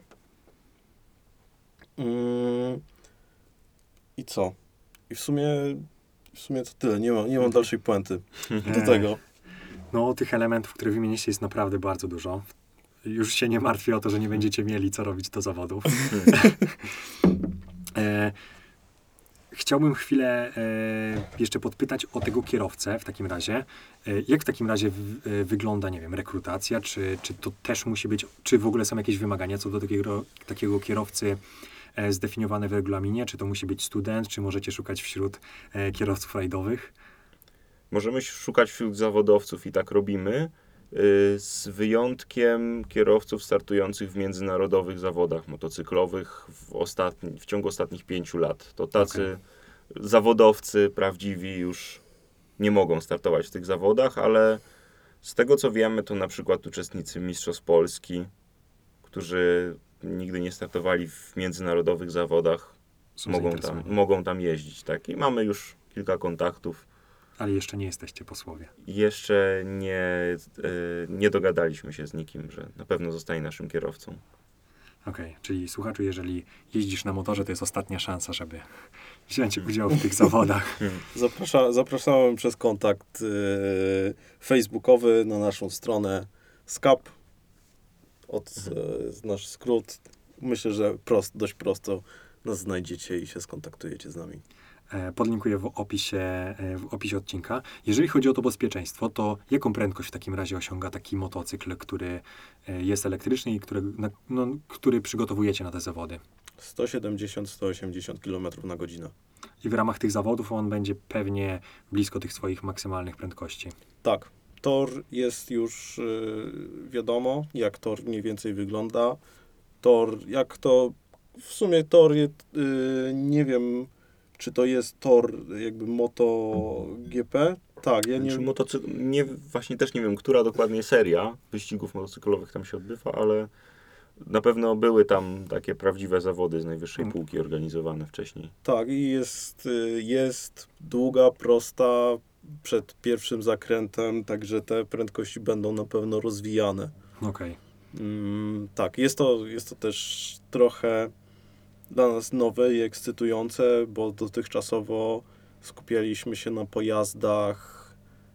S2: Mm, I co? I w sumie, w sumie to tyle. Nie mam, nie mam dalszej puenty do tego.
S1: No, tych elementów, które wymieniliście, jest naprawdę bardzo dużo. Już się nie martwię o to, że nie będziecie mieli co robić do zawodów. e, chciałbym chwilę e, jeszcze podpytać o tego kierowcę w takim razie. E, jak w takim razie w, e, wygląda, nie wiem, rekrutacja? Czy, czy to też musi być, czy w ogóle są jakieś wymagania co do takiego, takiego kierowcy e, zdefiniowane w regulaminie? Czy to musi być student? Czy możecie szukać wśród e, kierowców rajdowych?
S3: Możemy szukać wśród zawodowców i tak robimy, yy, z wyjątkiem kierowców startujących w międzynarodowych zawodach motocyklowych w, ostatni, w ciągu ostatnich pięciu lat. To tacy zawodowcy prawdziwi już nie mogą startować w tych zawodach, ale z tego co wiemy, to na przykład uczestnicy Mistrzostw Polski, którzy nigdy nie startowali w międzynarodowych zawodach,
S1: Są
S3: mogą tam,
S1: zainteresowani?
S3: mogą tam jeździć. Tak? I mamy już kilka kontaktów.
S1: Ale jeszcze nie jesteście posłowie.
S3: Jeszcze nie, y, nie dogadaliśmy się z nikim, że na pewno zostanie naszym kierowcą.
S1: Okej, czyli słuchaczu, jeżeli jeździsz na motorze, to jest ostatnia szansa, żeby wziąć udział w tych zawodach.
S2: Zaprasza, zapraszałem przez kontakt yy, facebookowy na naszą stronę skap. Od yy, nasz skrót. Myślę, że prost, dość prosto nas znajdziecie i się skontaktujecie z nami.
S1: E, Podlinkuję w opisie, e, w opisie odcinka. Jeżeli chodzi o to bezpieczeństwo, to jaką prędkość w takim razie osiąga taki motocykl, który e, jest elektryczny i który, na, no, który przygotowujecie na te zawody?
S2: sto siedemdziesiąt do stu osiemdziesięciu kilometrów na godzinę.
S1: I w ramach tych zawodów on będzie pewnie blisko tych swoich maksymalnych prędkości.
S2: Tak, tor jest już yy, wiadomo, jak tor mniej więcej wygląda. Tor, jak to, w sumie tor, jest, yy, nie wiem, czy to jest tor jakby MotoGP. Tak, ja nie
S3: Czy
S2: wiem.
S3: motocyk- nie, właśnie też nie wiem, która dokładnie seria wyścigów motocyklowych tam się odbywa, ale na pewno były tam takie prawdziwe zawody z najwyższej
S1: Mm.
S3: półki organizowane wcześniej.
S2: Tak, i jest, y, jest długa, prosta przed pierwszym zakrętem, także te prędkości będą na pewno rozwijane.
S1: Okej.
S2: Mm, tak, jest to, jest to też trochę dla nas nowe i ekscytujące, bo dotychczasowo skupialiśmy się na pojazdach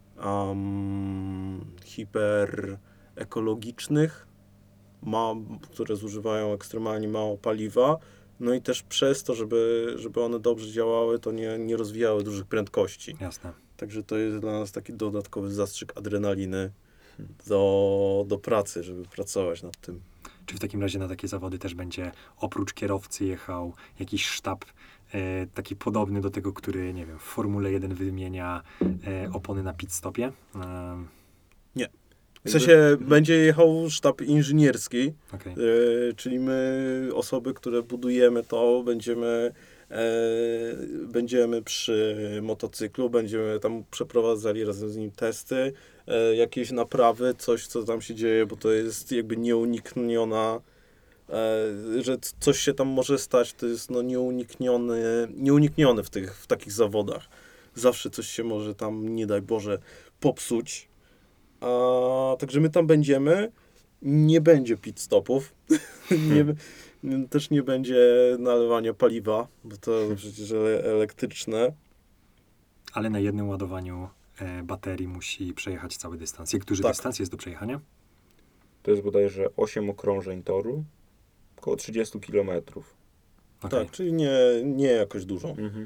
S2: um, hiperekologicznych, ma, które zużywają ekstremalnie mało paliwa. No i też przez to, żeby, żeby one dobrze działały, to nie, nie rozwijały dużych prędkości.
S1: Jasne.
S2: Także to jest dla nas taki dodatkowy zastrzyk adrenaliny do, do pracy, żeby pracować nad tym.
S1: Czy w takim razie na takie zawody też będzie oprócz kierowcy jechał jakiś sztab e, taki podobny do tego, który, nie wiem, w Formule jeden wymienia e, opony na pit stopie? E,
S2: W sensie będzie jechał sztab inżynierski,
S1: Okej.
S2: e, czyli my, osoby, które budujemy to, będziemy, e, będziemy przy motocyklu, będziemy tam przeprowadzali razem z nim testy, e, jakieś naprawy, coś, co tam się dzieje, bo to jest jakby nieunikniona, e, że c- coś się tam może stać, to jest no nieuniknione, nieuniknione w tych, w takich zawodach. Zawsze coś się może tam, nie daj Boże, popsuć. A, także my tam będziemy, nie będzie pit stopów, nie, b- też nie będzie nalewania paliwa, bo to przecież ele- elektryczne.
S1: Ale na jednym ładowaniu e, baterii musi przejechać cały dystans. Jak duży
S2: Tak.
S1: dystans jest do przejechania?
S3: To jest bodajże osiem okrążeń toru, około trzydzieści kilometrów.
S1: Okej.
S2: Tak, czyli nie, nie jakoś dużo.
S3: Mhm.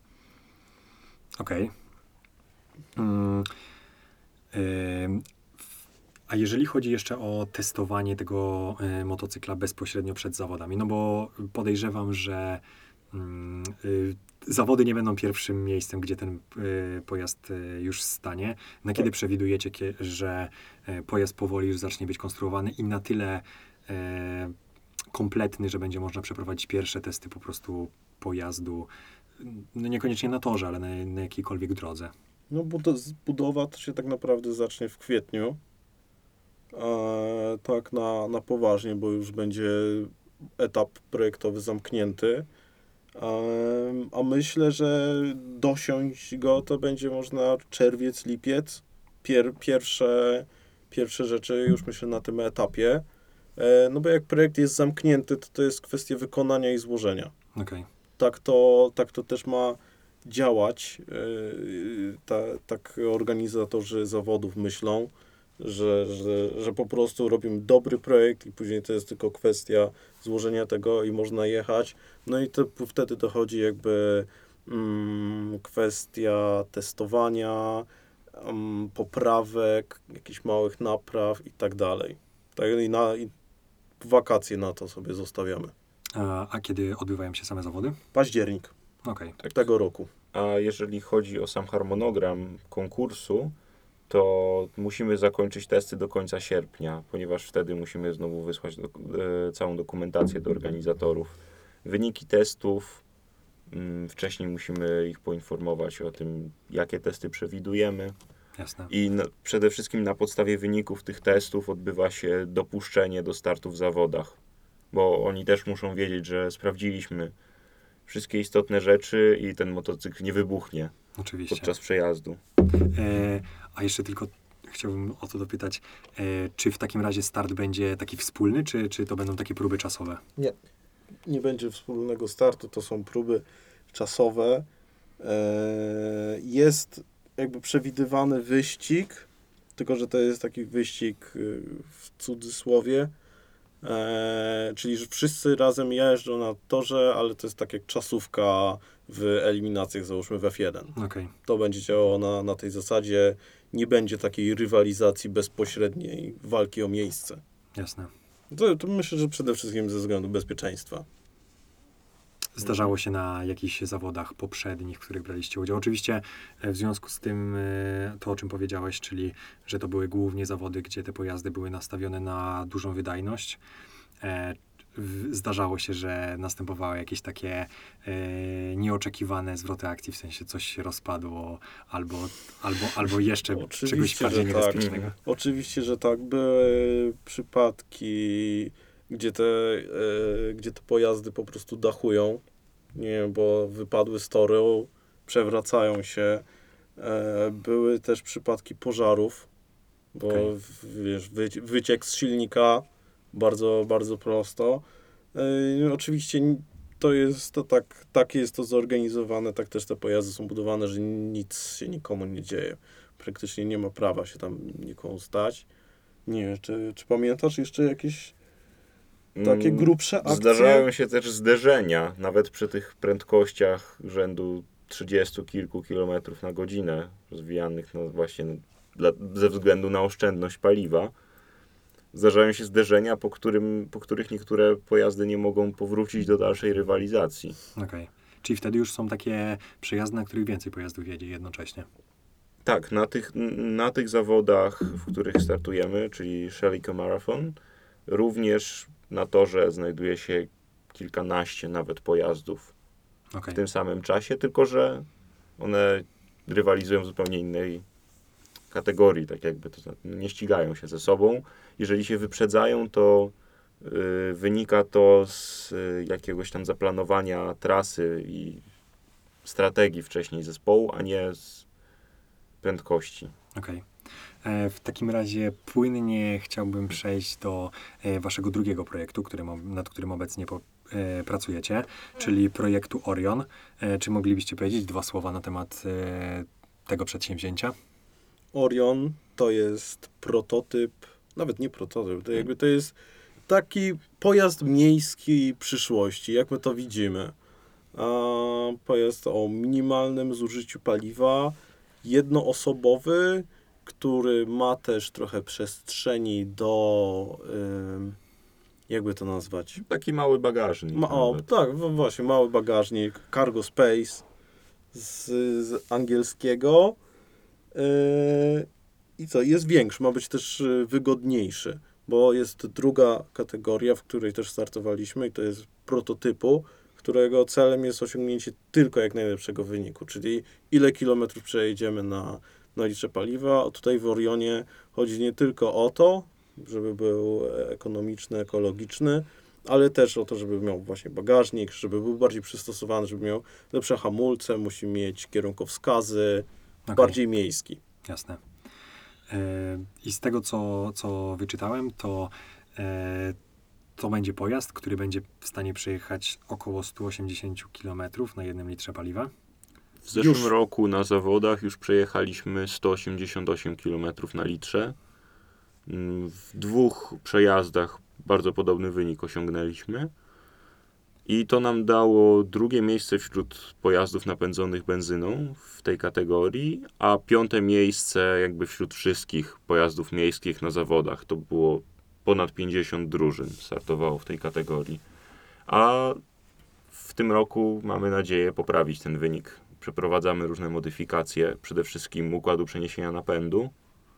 S1: Okej. Mm, ym, w- a jeżeli chodzi jeszcze o testowanie tego y, motocykla bezpośrednio przed zawodami, no bo podejrzewam, że mm, y, zawody nie będą pierwszym miejscem, gdzie ten y, pojazd y, już stanie. Na kiedy
S2: Tak.
S1: przewidujecie, kie- że y, pojazd powoli już zacznie być konstruowany i na tyle y, kompletny, że będzie można przeprowadzić pierwsze testy po prostu pojazdu, no niekoniecznie na torze, ale na, na jakiejkolwiek drodze.
S2: No bud- budowa to się tak naprawdę zacznie w kwietniu. E, tak na, na poważnie, bo już będzie etap projektowy zamknięty. E, a myślę, że dosiąść go to będzie można czerwiec, lipiec. Pier, pierwsze, pierwsze rzeczy już myślę na tym etapie. E, no bo jak projekt jest zamknięty, to to jest kwestia wykonania i złożenia.
S1: Okej.
S2: Tak to, tak to też ma działać. Yy, ta, tak organizatorzy zawodów myślą, że, że, że po prostu robimy dobry projekt i później to jest tylko kwestia złożenia tego i można jechać. No i to wtedy dochodzi jakby mm, kwestia testowania, mm, poprawek, jakichś małych napraw i tak dalej. Tak, i, na, i wakacje na to sobie zostawiamy.
S1: A, a kiedy odbywają się same zawody?
S2: Październik
S1: Okej.
S3: Tak.
S2: tego roku.
S3: A jeżeli chodzi o sam harmonogram konkursu, to musimy zakończyć testy do końca sierpnia, ponieważ wtedy musimy znowu wysłać do, e, całą dokumentację do organizatorów. Wyniki testów, mm, wcześniej musimy ich poinformować o tym, jakie testy przewidujemy
S1: Jasne.
S3: i na, przede wszystkim na podstawie wyników tych testów odbywa się dopuszczenie do startu w zawodach, bo oni też muszą wiedzieć, że sprawdziliśmy wszystkie istotne rzeczy i ten motocykl nie wybuchnie
S1: Oczywiście.
S3: podczas przejazdu.
S1: E, a jeszcze tylko chciałbym o to dopytać, e, czy w takim razie start będzie taki wspólny, czy, czy to będą takie próby czasowe?
S2: Nie będzie wspólnego startu, to są próby czasowe. E, Jest jakby przewidywany wyścig, tylko że to jest taki wyścig y, w cudzysłowie, e, czyli że wszyscy razem jeżdżą na torze, ale to jest tak jak czasówka w eliminacjach, załóżmy w F jeden.
S1: Okej.
S2: To będzie działało na, na tej zasadzie, nie będzie takiej rywalizacji bezpośredniej, walki o miejsce.
S1: Jasne.
S2: To, to myślę, że przede wszystkim ze względu bezpieczeństwa.
S1: Zdarzało się na jakichś zawodach poprzednich, w których braliście udział. Oczywiście e, w związku z tym, e, to o czym powiedziałeś, czyli że to były głównie zawody, gdzie te pojazdy były nastawione na dużą wydajność. E, w- Zdarzało się, że następowały jakieś takie e, nieoczekiwane zwroty akcji, w sensie coś się rozpadło, albo, albo, albo jeszcze czegoś
S2: Oczywiście,
S1: bardziej
S2: że tak.
S1: niebezpiecznego.
S2: Oczywiście, że tak. Były przypadki, gdzie te, e, gdzie te pojazdy po prostu dachują, nie wiem, bo wypadły z toru, przewracają się. E, były też przypadki pożarów, bo
S1: Okej.
S2: w- wiesz, wyci- wyciek z silnika, bardzo, bardzo prosto. E, oczywiście n- to jest to tak, tak jest to zorganizowane, tak też te pojazdy są budowane, że nic się nikomu nie dzieje. Praktycznie nie ma prawa się tam nikomu stać. Nie wiem, czy, czy pamiętasz jeszcze jakieś takie
S3: Mm,
S2: grubsze akcje?
S3: Zdarzają się też zderzenia, nawet przy tych prędkościach rzędu trzydziestu kilku kilometrów na godzinę, rozwijanych no właśnie dla, ze względu na oszczędność paliwa. zdarzają się zderzenia, po, którym, po których niektóre pojazdy nie mogą powrócić do dalszej rywalizacji.
S1: Okej. Czyli wtedy już są takie przejazdy, na których więcej pojazdów jedzie jednocześnie.
S3: Tak, na tych, na tych zawodach, w których startujemy, czyli Shellico Marathon, również na torze znajduje się kilkanaście nawet pojazdów
S1: Okej.
S3: w tym samym czasie, tylko że one rywalizują w zupełnie innej kategorii, tak jakby to znaczy, nie ścigają się ze sobą. Jeżeli się wyprzedzają, to y, wynika to z y, jakiegoś tam zaplanowania trasy i strategii wcześniej zespołu, a nie z prędkości.
S1: Okej. E, W takim razie płynnie chciałbym przejść do e, waszego drugiego projektu, którym, ob- nad którym obecnie po, e, pracujecie, czyli projektu Orion. E, Czy moglibyście powiedzieć dwa słowa na temat e, tego przedsięwzięcia?
S2: Orion to jest prototyp, nawet nie prototyp, to jakby to jest taki pojazd miejski przyszłości, jak my to widzimy. A pojazd o minimalnym zużyciu paliwa, jednoosobowy, który ma też trochę przestrzeni do, ym, jakby to nazwać?
S3: Taki mały bagażnik.
S2: Ma, o,
S3: nawet.
S2: tak, w- właśnie, mały bagażnik, cargo space z, z angielskiego. Yy, I co, jest większy, ma być też y, wygodniejszy, bo jest druga kategoria, w której też startowaliśmy i to jest prototypu, którego celem jest osiągnięcie tylko jak najlepszego wyniku, czyli ile kilometrów przejedziemy na, na litrze paliwa, a tutaj w Orionie chodzi nie tylko o to, żeby był ekonomiczny, ekologiczny, ale też o to, żeby miał właśnie bagażnik, żeby był bardziej przystosowany, żeby miał lepsze hamulce, musi mieć kierunkowskazy,
S1: Okej.
S2: bardziej miejski.
S1: Jasne. E, I z tego, co, co wyczytałem, to e, to będzie pojazd, który będzie w stanie przejechać około sto osiemdziesiąt kilometrów na jednym litrze paliwa.
S3: W zeszłym
S2: Już.
S3: roku na zawodach już przejechaliśmy sto osiemdziesiąt osiem kilometrów na litrze. Mm, W dwóch przejazdach bardzo podobny wynik osiągnęliśmy. I to nam dało drugie miejsce wśród pojazdów napędzonych benzyną w tej kategorii, a piąte miejsce jakby wśród wszystkich pojazdów miejskich na zawodach. To było ponad pięćdziesiąt drużyn startowało w tej kategorii. A w tym roku mamy nadzieję poprawić ten wynik. Przeprowadzamy różne modyfikacje, przede wszystkim układu przeniesienia napędu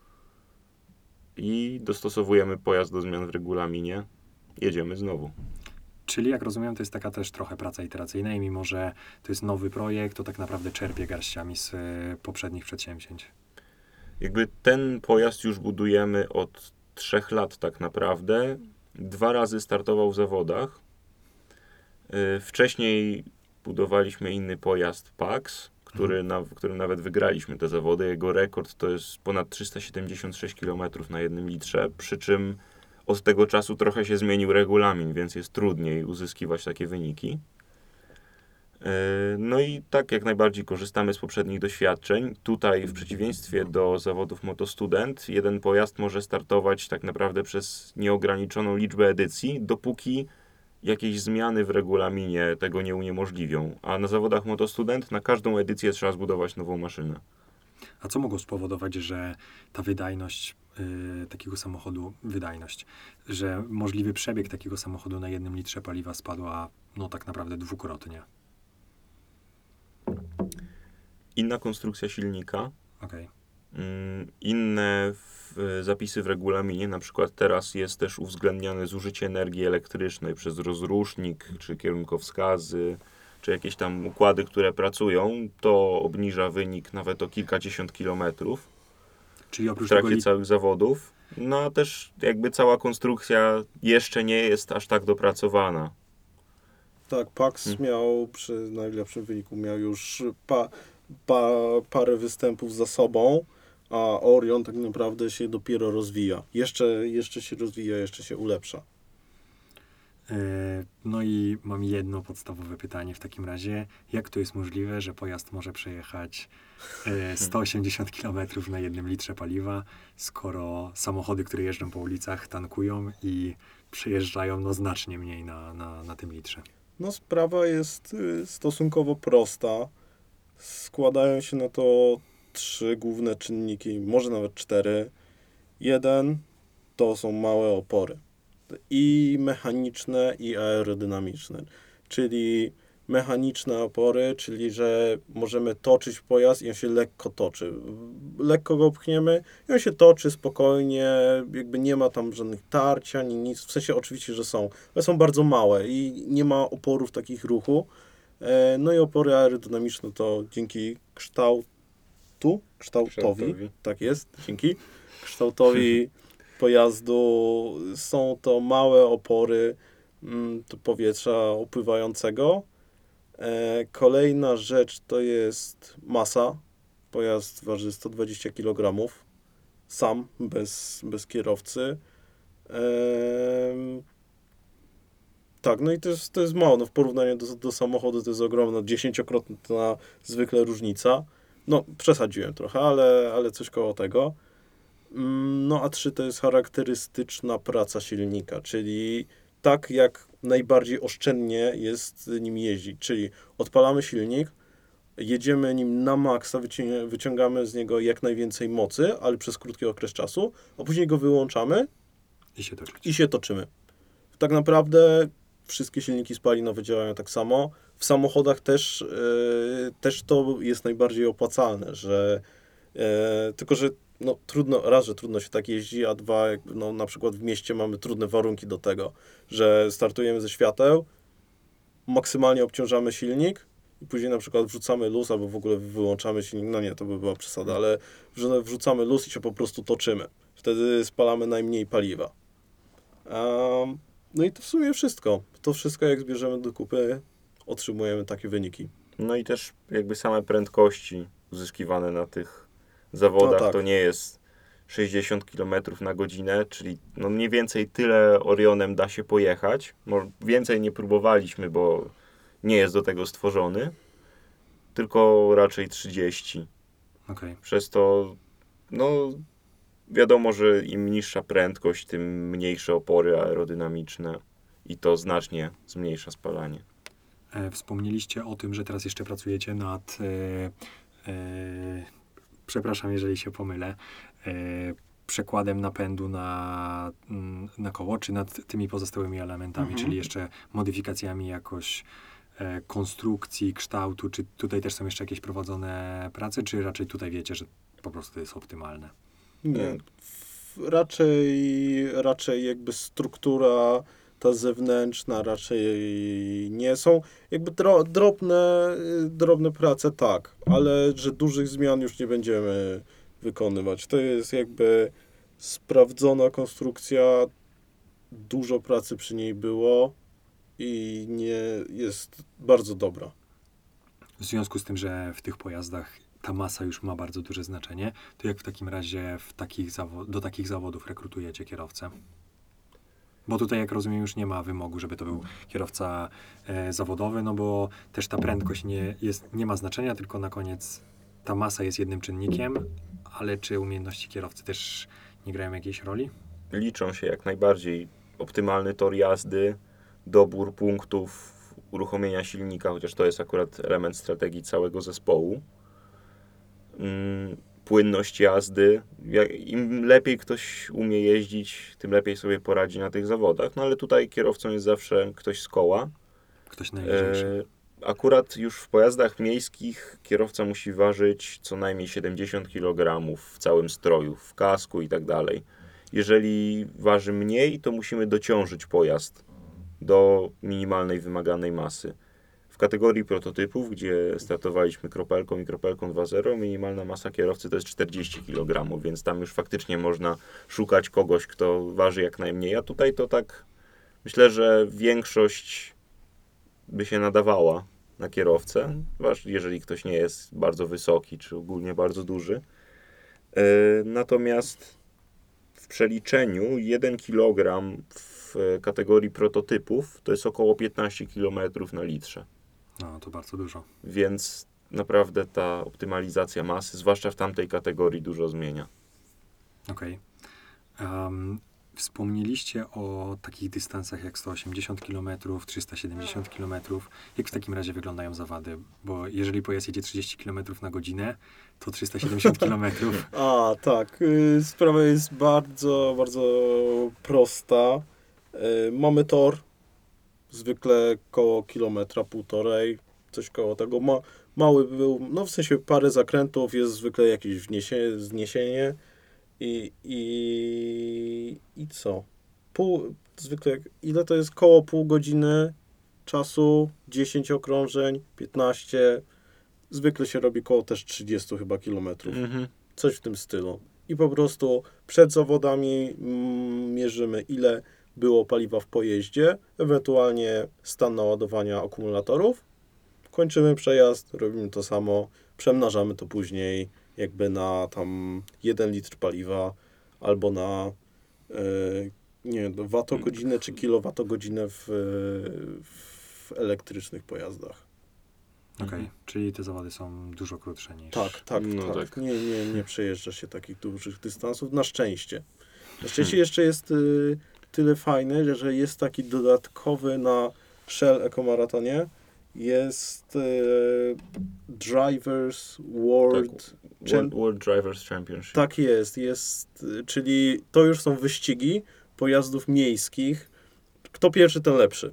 S3: i dostosowujemy pojazd do zmian w regulaminie. Jedziemy znowu.
S1: Czyli, jak rozumiem, to jest taka też trochę praca iteracyjna i mimo, że to jest nowy projekt, to tak naprawdę czerpie garściami z e, poprzednich przedsięwzięć.
S3: Jakby ten pojazd już budujemy od trzech lat tak naprawdę. Dwa razy startował w zawodach. Yy, Wcześniej budowaliśmy inny pojazd Pax, który na, w którym nawet wygraliśmy te zawody. Jego rekord to jest ponad trzysta siedemdziesiąt sześć kilometrów na jednym litrze, przy czym od tego czasu trochę się zmienił regulamin, więc jest trudniej uzyskiwać takie wyniki. Yy, No i tak jak najbardziej korzystamy z poprzednich doświadczeń. Tutaj w przeciwieństwie do zawodów Motostudent, jeden pojazd może startować tak naprawdę przez nieograniczoną liczbę edycji, dopóki jakieś zmiany w regulaminie tego nie uniemożliwią. A na zawodach Motostudent na każdą edycję trzeba zbudować nową maszynę.
S1: A co mogło spowodować, że ta wydajność y, takiego samochodu, wydajność, że możliwy przebieg takiego samochodu na jednym litrze paliwa spadła no tak naprawdę dwukrotnie?
S3: Inna konstrukcja silnika,
S1: Okej.
S3: mm, inne w, zapisy w regulaminie, na przykład teraz jest też uwzględniane zużycie energii elektrycznej przez rozrusznik, czy kierunkowskazy, czy jakieś tam układy, które pracują, to obniża wynik nawet o kilkadziesiąt kilometrów
S1: Czyli
S3: w
S1: oprócz tego
S3: trakcie
S1: li-
S3: całych zawodów. No a też jakby cała konstrukcja jeszcze nie jest aż tak dopracowana.
S2: Tak, Pax
S3: Hmm.
S2: miał przy najlepszym wyniku miał już pa, pa, parę występów za sobą, a Orion tak naprawdę się dopiero rozwija. Jeszcze, jeszcze się rozwija, jeszcze się ulepsza.
S1: E, No i mam jedno podstawowe pytanie w takim razie. Jak to jest możliwe, że pojazd może przejechać e, sto osiemdziesiąt kilometrów na jednym litrze paliwa, skoro samochody, które jeżdżą po ulicach, tankują i przejeżdżają no znacznie mniej na, na, na tym litrze?
S2: No sprawa jest y, stosunkowo prosta. Składają się na to trzy główne czynniki, może nawet cztery. Jeden to są małe opory. I mechaniczne, i aerodynamiczne. Czyli mechaniczne opory, czyli że możemy toczyć pojazd i on się lekko toczy. Lekko go pchniemy i on się toczy spokojnie, jakby nie ma tam żadnych tarć ani nic. W sensie oczywiście, że są, ale są bardzo małe i nie ma oporów takich ruchu. No i opory aerodynamiczne to dzięki kształtu, kształtowi,
S3: Kształtowi.
S2: tak jest, dzięki kształtowi pojazdu są to małe opory mm, to powietrza opływającego. E, kolejna rzecz to jest masa. Pojazd waży sto dwadzieścia kilogramów. Sam, bez, bez kierowcy. E, tak, no i to jest, to jest mało. No w porównaniu do, do samochodu to jest ogromna, dziesięciokrotna zwykle różnica. No, przesadziłem trochę, ale, ale coś koło tego. No a trzy to jest charakterystyczna praca silnika, czyli tak jak najbardziej oszczędnie jest nim jeździć, czyli odpalamy silnik, jedziemy nim na maksa, wycią- wyciągamy z niego jak najwięcej mocy, ale przez krótki okres czasu, a później go wyłączamy
S1: I się toczyć.
S2: i się toczymy. Tak naprawdę wszystkie silniki spalinowe działają tak samo. W samochodach też, yy, też to jest najbardziej opłacalne, że yy, tylko, że no, trudno, raz, że trudno się tak jeździ, a dwa, jakby, no, na przykład w mieście mamy trudne warunki do tego, że startujemy ze świateł, maksymalnie obciążamy silnik i później na przykład wrzucamy luz albo w ogóle wyłączamy silnik, no nie, to by była przesada, ale wrzu- wrzucamy luz i się po prostu toczymy. Wtedy spalamy najmniej paliwa. Um, no i to w sumie wszystko. To wszystko jak zbierzemy do kupy, otrzymujemy takie wyniki.
S3: No i też jakby same prędkości uzyskiwane na tych zawodach
S2: No tak.
S3: to nie jest sześćdziesiąt kilometrów na godzinę, czyli no mniej więcej tyle Orionem da się pojechać. Może więcej nie próbowaliśmy, bo nie jest do tego stworzony, tylko raczej trzydzieści.
S1: Okej.
S3: Przez to no wiadomo, że im niższa prędkość, tym mniejsze opory aerodynamiczne i to znacznie zmniejsza spalanie.
S1: E, Wspomnieliście o tym, że teraz jeszcze pracujecie nad, e, e, przepraszam, jeżeli się pomylę, e, przekładem napędu na, mm, na koło, czy nad tymi pozostałymi elementami,
S2: Mhm.
S1: czyli jeszcze modyfikacjami jakoś e, konstrukcji, kształtu, czy tutaj też są jeszcze jakieś prowadzone prace, czy raczej tutaj wiecie, że po prostu to jest optymalne?
S2: Nie. W- Raczej, raczej jakby struktura ta zewnętrzna raczej nie są. Jakby dro, drobne, y, drobne prace tak, ale że dużych zmian już nie będziemy wykonywać. To jest jakby sprawdzona konstrukcja, dużo pracy przy niej było i nie jest bardzo dobra.
S1: W związku z tym, że w tych pojazdach ta masa już ma bardzo duże znaczenie, to jak w takim razie w takich zawo- do takich zawodów rekrutujecie kierowcę? Bo tutaj, jak rozumiem, już nie ma wymogu, żeby to był kierowca e, zawodowy, no bo też ta prędkość nie, jest, nie ma znaczenia, tylko na koniec ta masa jest jednym czynnikiem, ale czy umiejętności kierowcy też nie grają jakiejś roli?
S3: Liczą się jak najbardziej optymalny tor jazdy, dobór punktów, uruchomienia silnika, chociaż to jest akurat element strategii całego zespołu. Mm, płynność jazdy. Jak, im lepiej ktoś umie jeździć, tym lepiej sobie poradzi na tych zawodach. No ale tutaj kierowcą jest zawsze ktoś z koła.
S1: Ktoś najlżejszy.
S3: E, akurat już w pojazdach miejskich kierowca musi ważyć co najmniej siedemdziesiąt kilogramów w całym stroju, w kasku i tak dalej. Jeżeli waży mniej, to musimy dociążyć pojazd do minimalnej wymaganej masy. W kategorii prototypów, gdzie startowaliśmy kropelką i kropelką dwa zero, minimalna masa kierowcy to jest czterdzieści kilogramów, więc tam już faktycznie można szukać kogoś, kto waży jak najmniej. A tutaj to tak, myślę, że większość by się nadawała na kierowcę, jeżeli ktoś nie jest bardzo wysoki, czy ogólnie bardzo duży. Yy, natomiast w przeliczeniu jeden kilogram w kategorii prototypów to jest około piętnaście kilometrów na litrze.
S1: No, to bardzo dużo.
S3: Więc naprawdę ta optymalizacja masy, zwłaszcza w tamtej kategorii, dużo zmienia.
S1: Okej. Em, Wspomnieliście o takich dystansach jak sto osiemdziesiąt kilometrów, trzysta siedemdziesiąt kilometrów. Jak w takim razie wyglądają zawody? Bo jeżeli pojazd jedzie trzydzieści kilometrów na godzinę, to trzysta siedemdziesiąt kilometrów.
S2: A, tak. y, Sprawa jest bardzo, bardzo prosta. Y, Mamy tor, zwykle koło kilometra, półtorej, coś koło tego. Ma, mały był, no w sensie parę zakrętów, jest zwykle jakieś wniesienie, zniesienie i, i, i co? Pół, zwykle, jak- ile to jest? Koło pół godziny czasu, dziesięć okrążeń, piętnaście. Zwykle się robi koło też trzydzieści chyba kilometrów.
S3: Mhm.
S2: Coś w tym stylu. I po prostu przed zawodami mm, mierzymy, ile było paliwa w pojeździe, ewentualnie stan naładowania akumulatorów. Kończymy przejazd, robimy to samo, przemnażamy to później jakby na tam jeden litr paliwa albo na e, nie wiem, watogodzinę czy kilowatogodzinę w, w elektrycznych pojazdach.
S1: Okej,
S3: Mhm.
S1: czyli te zawody są dużo krótsze niż...
S2: Tak, tak,
S3: No
S2: tak.
S3: tak.
S2: Nie, nie, nie przejeżdża się takich dużych dystansów, na szczęście. Na szczęście jeszcze jest y, tyle fajne, że, że jest taki dodatkowy na Shell Ecomaratonie, jest y, Drivers World...
S3: World, World Drivers Championship.
S2: Tak jest, jest, y, czyli to już są wyścigi pojazdów miejskich. Kto pierwszy, ten lepszy.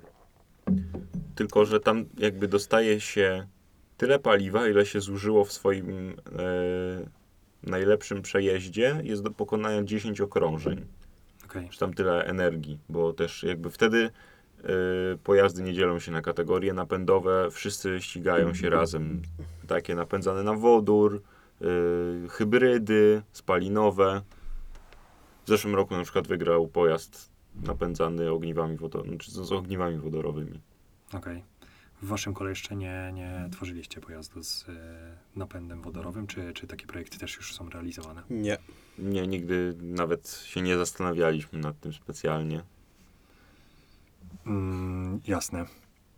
S3: Tylko że tam jakby dostaje się tyle paliwa, ile się zużyło w swoim e, najlepszym przejeździe, jest do pokonania dziesięć okrążeń.
S1: Okej.
S3: Czy tam tyle energii, bo też jakby wtedy e, pojazdy nie dzielą się na kategorie napędowe, wszyscy ścigają się razem. Takie napędzane na wodór, e, hybrydy, spalinowe. W zeszłym roku na przykład wygrał pojazd napędzany ogniwami wodorowymi, czy z z ogniwami wodorowymi.
S1: Okej. W waszym kole jeszcze nie, nie tworzyliście pojazdu z e, napędem wodorowym, czy, czy takie projekty też już są realizowane?
S2: Nie.
S3: Nie, nigdy nawet się nie zastanawialiśmy nad tym specjalnie.
S1: Mm, jasne.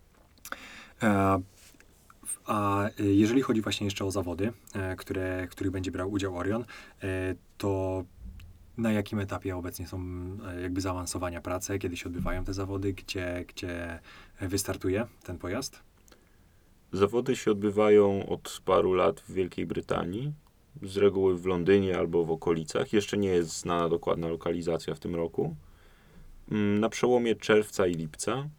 S1: E, w- a e, jeżeli chodzi właśnie jeszcze o zawody, e, które, w których będzie brał udział Orion, e, to na jakim etapie obecnie są e, jakby zaawansowania prace, kiedy się odbywają te zawody, gdzie, gdzie wystartuje ten pojazd?
S3: Zawody się odbywają od paru lat w Wielkiej Brytanii, z reguły w Londynie albo w okolicach. Jeszcze nie jest znana dokładna lokalizacja w tym roku. Mm, Na przełomie czerwca i lipca.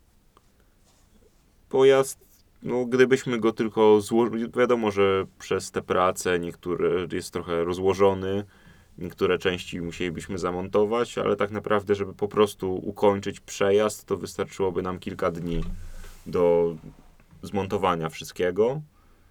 S3: Pojazd, no gdybyśmy go tylko złożyli, wiadomo, że przez te prace niektóre jest trochę rozłożony, niektóre części musielibyśmy zamontować, ale tak naprawdę, żeby po prostu ukończyć przejazd, to wystarczyłoby nam kilka dni do zmontowania wszystkiego.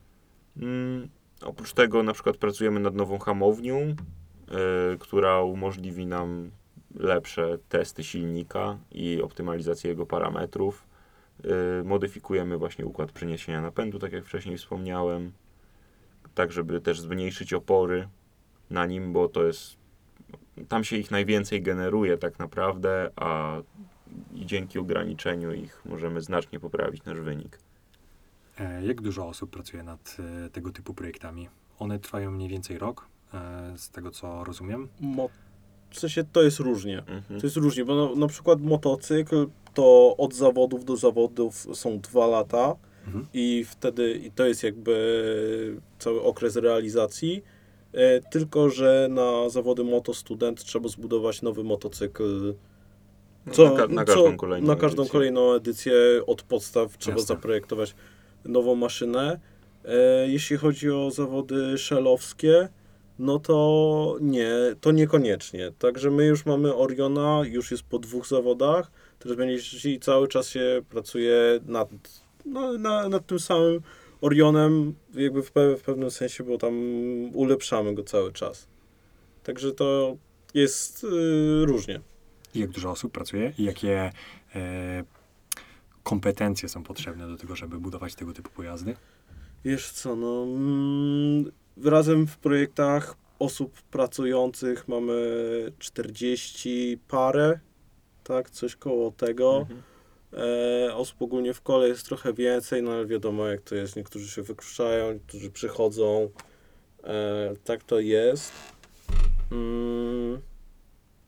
S3: Mm, oprócz tego na przykład pracujemy nad nową hamownią, y, która umożliwi nam lepsze testy silnika i optymalizację jego parametrów. Y, modyfikujemy właśnie układ przeniesienia napędu, tak jak wcześniej wspomniałem, tak żeby też zmniejszyć opory na nim, bo to jest tam się ich najwięcej generuje tak naprawdę, a i dzięki ograniczeniu ich możemy znacznie poprawić nasz wynik.
S1: E, Jak dużo osób pracuje nad e, tego typu projektami? One trwają mniej więcej rok, e, z tego co rozumiem.
S2: Mo- w sensie to jest różnie.
S3: Mhm.
S2: To jest różnie, bo na, na przykład motocykl to od zawodów do zawodów są dwa lata
S1: Mhm.
S2: i wtedy i to jest jakby cały okres realizacji. E, tylko, że na zawody motostudent trzeba zbudować nowy motocykl.
S3: No, na, ka- na każdą kolejną
S2: na każdą
S3: edycję.
S2: kolejną edycję od podstaw trzeba
S1: Jasne.
S2: zaprojektować nową maszynę. E, jeśli chodzi o zawody szelowskie, no to nie, to niekoniecznie. Także my już mamy Oriona, już jest po dwóch zawodach. Teraz będzie i cały czas się pracuje nad, no, na, nad tym samym Orionem, jakby w, pe- w pewnym sensie, bo tam ulepszamy go cały czas. Także to jest y, różnie.
S1: I jak dużo osób pracuje i jakie e, kompetencje są potrzebne do tego, żeby budować tego typu pojazdy?
S2: Wiesz co, no mm, razem w projektach osób pracujących mamy czterdzieści parę, tak, coś koło tego.
S3: Mhm.
S2: E, osób ogólnie w kole jest trochę więcej, no ale wiadomo jak to jest, niektórzy się wykruszhają, niektórzy przychodzą, e, tak to jest. Mm,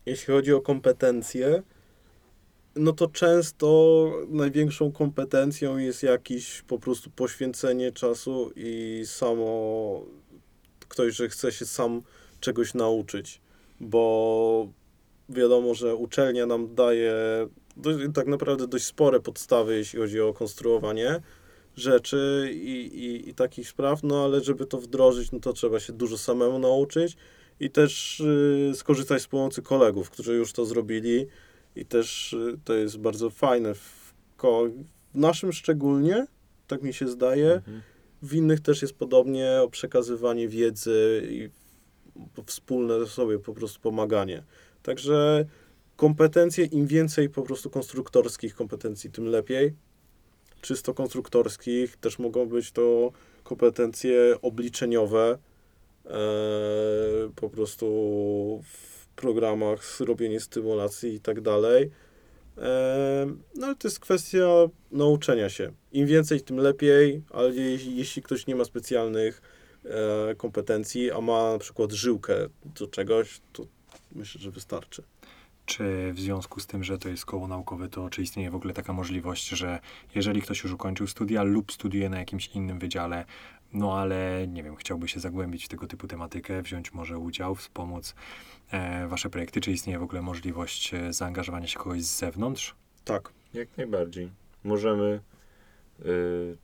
S2: jeśli chodzi o kompetencje, no to często największą kompetencją jest jakieś po prostu poświęcenie czasu i samo ktoś, że chce się sam czegoś nauczyć, bo wiadomo, że uczelnia nam daje dość, tak naprawdę dość spore podstawy, jeśli chodzi o konstruowanie rzeczy i, i, i takich spraw, no ale żeby to wdrożyć, no to trzeba się dużo samemu nauczyć i też y, skorzystać z pomocy kolegów, którzy już to zrobili i też y, to jest bardzo fajne. W, ko- w naszym szczególnie, tak mi się zdaje,
S3: Mhm.
S2: w innych też jest podobnie o przekazywanie wiedzy i wspólne sobie po prostu pomaganie. Także kompetencje, im więcej po prostu konstruktorskich kompetencji, tym lepiej. Czysto konstruktorskich, też mogą być to kompetencje obliczeniowe, e, po prostu w programach robienie stymulacji i tak dalej. E, no ale to jest kwestia nauczenia się. Im więcej, tym lepiej, ale jeśli, jeśli ktoś nie ma specjalnych e, kompetencji, a ma na przykład żyłkę do czegoś, to myślę, że wystarczy.
S1: Czy w związku z tym, że to jest koło naukowe, to czy istnieje w ogóle taka możliwość, że jeżeli ktoś już ukończył studia lub studiuje na jakimś innym wydziale, no ale nie wiem, chciałby się zagłębić w tego typu tematykę, wziąć może udział, wspomóc e, wasze projekty, czy istnieje w ogóle możliwość e, zaangażowania się kogoś z zewnątrz?
S2: Tak.
S3: Jak najbardziej. Możemy. y,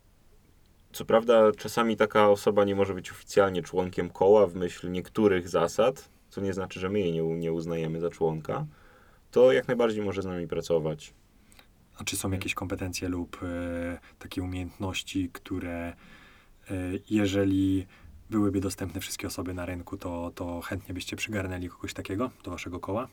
S3: Co prawda, czasami taka osoba nie może być oficjalnie członkiem koła w myśl niektórych zasad, co nie znaczy, że my jej nie, u- nie uznajemy za członka. To jak najbardziej może z nami pracować.
S1: A czy są jakieś kompetencje lub e, takie umiejętności, które e, jeżeli byłyby dostępne wszystkie osoby na rynku, to, to chętnie byście przygarnęli kogoś takiego do waszego koła?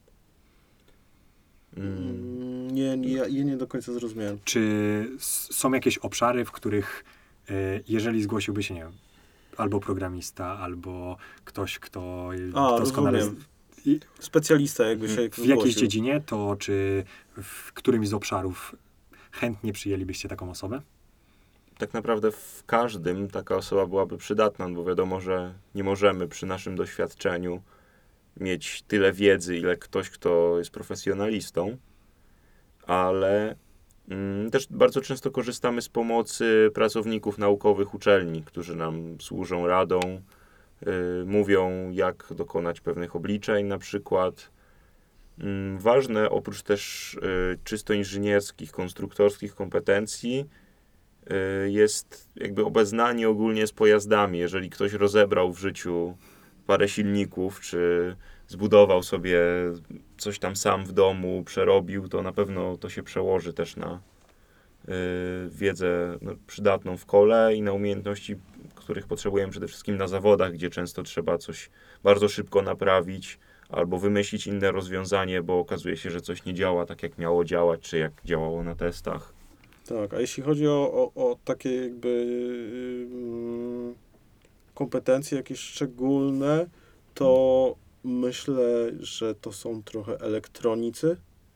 S3: Mm.
S2: Mm, Nie, nie, ja, ja nie do końca zrozumiałem.
S1: Czy s- są jakieś obszary, w których e, jeżeli zgłosiłby się, nie wiem, albo programista, albo ktoś, kto
S2: A,
S1: doskonale
S2: rozumiem.
S1: z- i-
S2: Specjalista jakby się
S1: w jakiejś
S2: zgłosił.
S1: dziedzinie, to czy w którymś z obszarów chętnie przyjęlibyście taką osobę?
S3: Tak naprawdę w każdym taka osoba byłaby przydatna, bo wiadomo, że nie możemy przy naszym doświadczeniu mieć tyle wiedzy, ile ktoś, kto jest profesjonalistą, ale mm, też bardzo często korzystamy z pomocy pracowników naukowych uczelni, którzy nam służą radą, y, mówią, jak dokonać pewnych obliczeń na przykład. Mm, ważne, oprócz też y, czysto inżynierskich, konstruktorskich kompetencji, y, jest jakby obeznanie ogólnie z pojazdami. Jeżeli ktoś rozebrał w życiu parę silników, czy zbudował sobie coś tam sam w domu, przerobił, to na pewno to się przełoży też na y, wiedzę no, przydatną w kole i na umiejętności, których potrzebujemy przede wszystkim na zawodach, gdzie często trzeba coś bardzo szybko naprawić albo wymyślić inne rozwiązanie, bo okazuje się, że coś nie działa tak, jak miało działać, czy jak działało na testach.
S2: Tak, a jeśli chodzi o, o, o takie jakby ym, kompetencje jakieś szczególne, to myślę, że to są trochę elektronicy,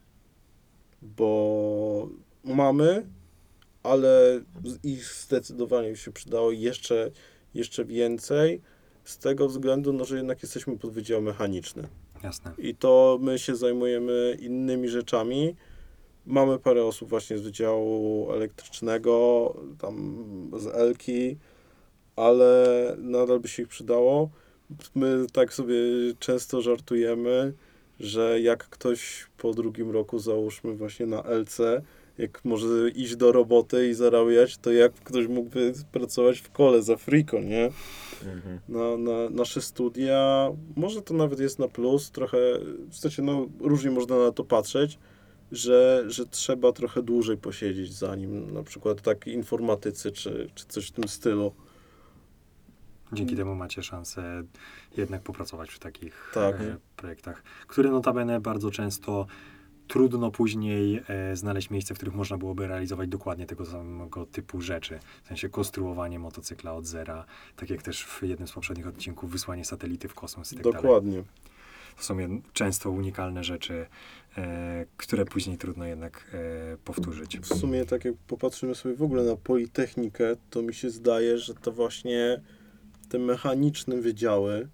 S2: bo mamy, ale z- ich zdecydowanie się przydało jeszcze, jeszcze więcej, z tego względu, no, że jednak jesteśmy pod Wydział Mechaniczny.
S1: Jasne.
S2: I to my się zajmujemy innymi rzeczami. Mamy parę osób właśnie z Wydziału Elektrycznego, tam z Elki, ale nadal by się ich przydało. My tak sobie często żartujemy, że jak ktoś po drugim roku, załóżmy właśnie na L C, jak może iść do roboty i zarabiać, to jak ktoś mógłby pracować w kole za friko, nie?
S3: Mhm.
S2: Na, na nasze studia, może to nawet jest na plus, trochę, w sensie no różnie można na to patrzeć, że, że trzeba trochę dłużej posiedzieć zanim na przykład tak informatycy czy, czy coś w tym stylu.
S1: Dzięki temu macie szansę jednak popracować w takich
S2: Tak.
S1: e, projektach, które notabene bardzo często trudno później e, znaleźć miejsce, w których można byłoby realizować dokładnie tego samego typu rzeczy. W sensie konstruowanie motocykla od zera, tak jak też w jednym z poprzednich odcinków wysłanie satelity w kosmos i tak dalej.
S2: Dokładnie.
S1: To są jed- często unikalne rzeczy, e, które później trudno jednak e, powtórzyć.
S2: W sumie tak jak popatrzymy sobie w ogóle na Politechnikę, to mi się zdaje, że to właśnie te mechaniczne wydziały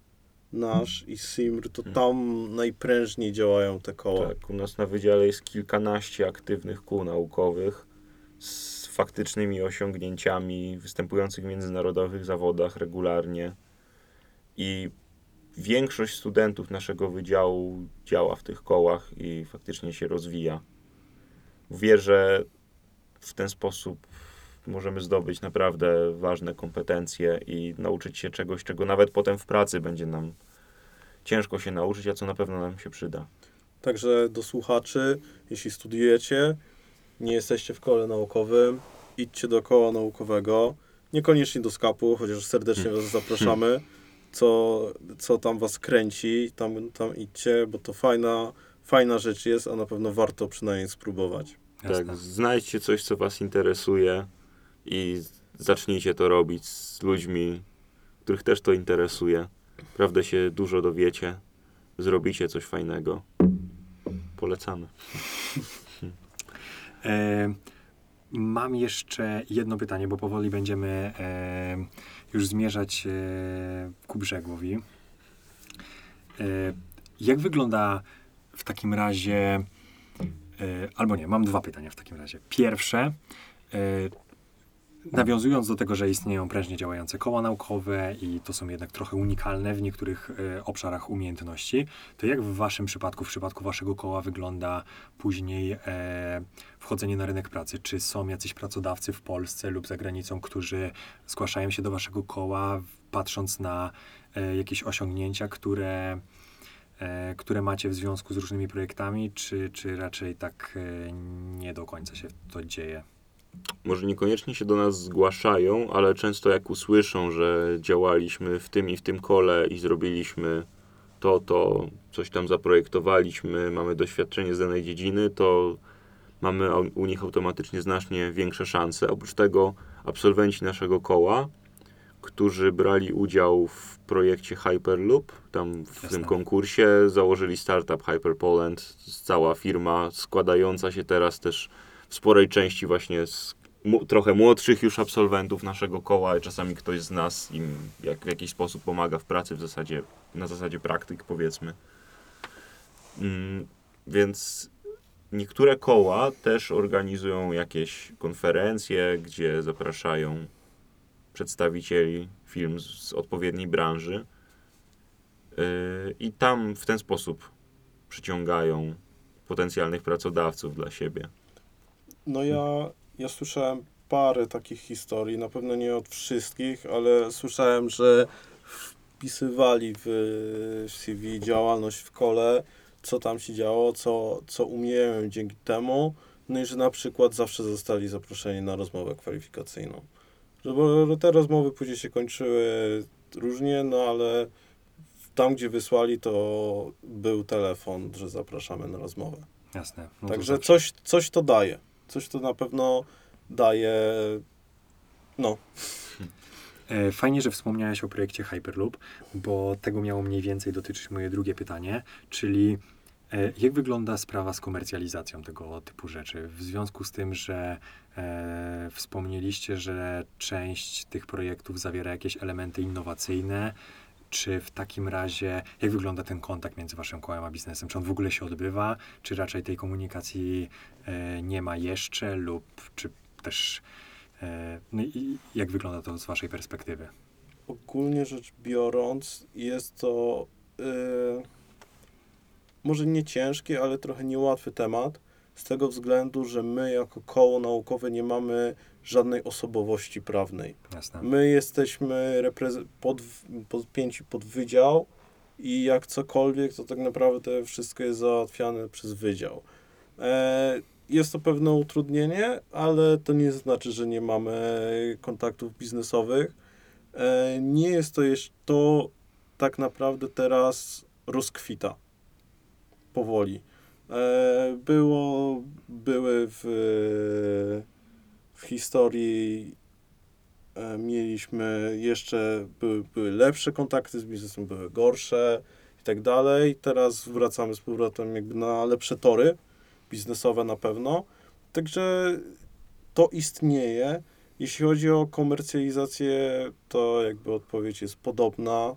S2: nasz i Simr, to
S3: Hmm.
S2: tam najprężniej działają te koła.
S3: Tak, u nas na wydziale jest kilkanaście aktywnych kół naukowych z faktycznymi osiągnięciami, występujących w międzynarodowych zawodach regularnie. I większość studentów naszego wydziału działa w tych kołach i faktycznie się rozwija. Wierzę, że w ten sposób możemy zdobyć naprawdę ważne kompetencje i nauczyć się czegoś, czego nawet potem w pracy będzie nam ciężko się nauczyć, a co na pewno nam się przyda.
S2: Także do słuchaczy, jeśli studiujecie, nie jesteście w kole naukowym, idźcie do koła naukowego, niekoniecznie do skapu, chociaż serdecznie was zapraszamy, co, co tam was kręci, tam, tam idźcie, bo to fajna, fajna rzecz jest, a na pewno warto przynajmniej spróbować.
S1: Jasne.
S3: Tak, znajdźcie coś, co was interesuje i zacznijcie to robić z ludźmi, których też to interesuje. Naprawdę się dużo dowiecie, zrobicie coś fajnego. Polecamy.
S1: E, mam jeszcze jedno pytanie, bo powoli będziemy e, już zmierzać e, ku brzegowi. E, jak wygląda w takim razie, e, albo nie, mam dwa pytania w takim razie. Pierwsze, e, nawiązując do tego, że istnieją prężnie działające koła naukowe i to są jednak trochę unikalne w niektórych e, obszarach umiejętności, to jak w waszym przypadku, w przypadku waszego koła wygląda później e, wchodzenie na rynek pracy? Czy są jacyś pracodawcy w Polsce lub za granicą, którzy zgłaszają się do waszego koła, patrząc na e, jakieś osiągnięcia, które, e, które macie w związku z różnymi projektami, czy, czy raczej tak e, nie do końca się to dzieje?
S3: Może niekoniecznie się do nas zgłaszają, ale często jak usłyszą, że działaliśmy w tym i w tym kole i zrobiliśmy to, to coś tam zaprojektowaliśmy, mamy doświadczenie z danej dziedziny, to mamy u nich automatycznie znacznie większe szanse. Oprócz tego absolwenci naszego koła, którzy brali udział w projekcie Hyperloop, tam w
S1: Jasne.
S3: tym konkursie założyli startup Hyper Poland, cała firma składająca się teraz też w sporej części właśnie z mu, trochę młodszych już absolwentów naszego koła i czasami ktoś z nas im jak, w jakiś sposób pomaga w pracy w zasadzie, na zasadzie praktyk powiedzmy. Mm, więc niektóre koła też organizują jakieś konferencje, gdzie zapraszają przedstawicieli firm z, z odpowiedniej branży yy, i tam w ten sposób przyciągają potencjalnych pracodawców dla siebie.
S2: No ja, ja słyszałem parę takich historii, na pewno nie od wszystkich, ale słyszałem, że wpisywali w C V działalność w kole, co tam się działo, co, co umieją dzięki temu, no i że na przykład zawsze zostali zaproszeni na rozmowę kwalifikacyjną. Że bo te rozmowy później się kończyły różnie, no ale tam, gdzie wysłali, to był telefon, że zapraszamy na rozmowę.
S1: Jasne. No to
S2: Także
S1: zawsze-
S2: coś, coś to daje. Coś to na pewno daje, no.
S1: E, Fajnie, że wspomniałeś o projekcie Hyperloop, bo tego miało mniej więcej dotyczyć moje drugie pytanie, czyli e, jak wygląda sprawa z komercjalizacją tego typu rzeczy? W związku z tym, że e, wspomnieliście, że część tych projektów zawiera jakieś elementy innowacyjne, czy w takim razie, jak wygląda ten kontakt między waszym kołem a biznesem? Czy on w ogóle się odbywa? Czy raczej tej komunikacji e, nie ma jeszcze lub czy też e, no i jak wygląda to z waszej perspektywy?
S2: Ogólnie rzecz biorąc, jest to yy, może nie ciężki, ale trochę niełatwy temat, z tego względu, że my jako koło naukowe nie mamy żadnej osobowości prawnej.
S1: Jasne.
S2: My jesteśmy repreze- pod, podpięci pod wydział i jak cokolwiek, to tak naprawdę wszystko jest załatwiane przez wydział. E, jest to pewne utrudnienie, ale to nie znaczy, że nie mamy kontaktów biznesowych. E, nie jest to jeszcze, to tak naprawdę teraz rozkwita powoli. E, było, były w, w historii e, mieliśmy jeszcze, były, były lepsze kontakty z biznesem, były gorsze i tak dalej. Teraz wracamy z powrotem jakby na lepsze tory biznesowe na pewno. Także to istnieje. Jeśli chodzi o komercjalizację, to jakby odpowiedź jest podobna.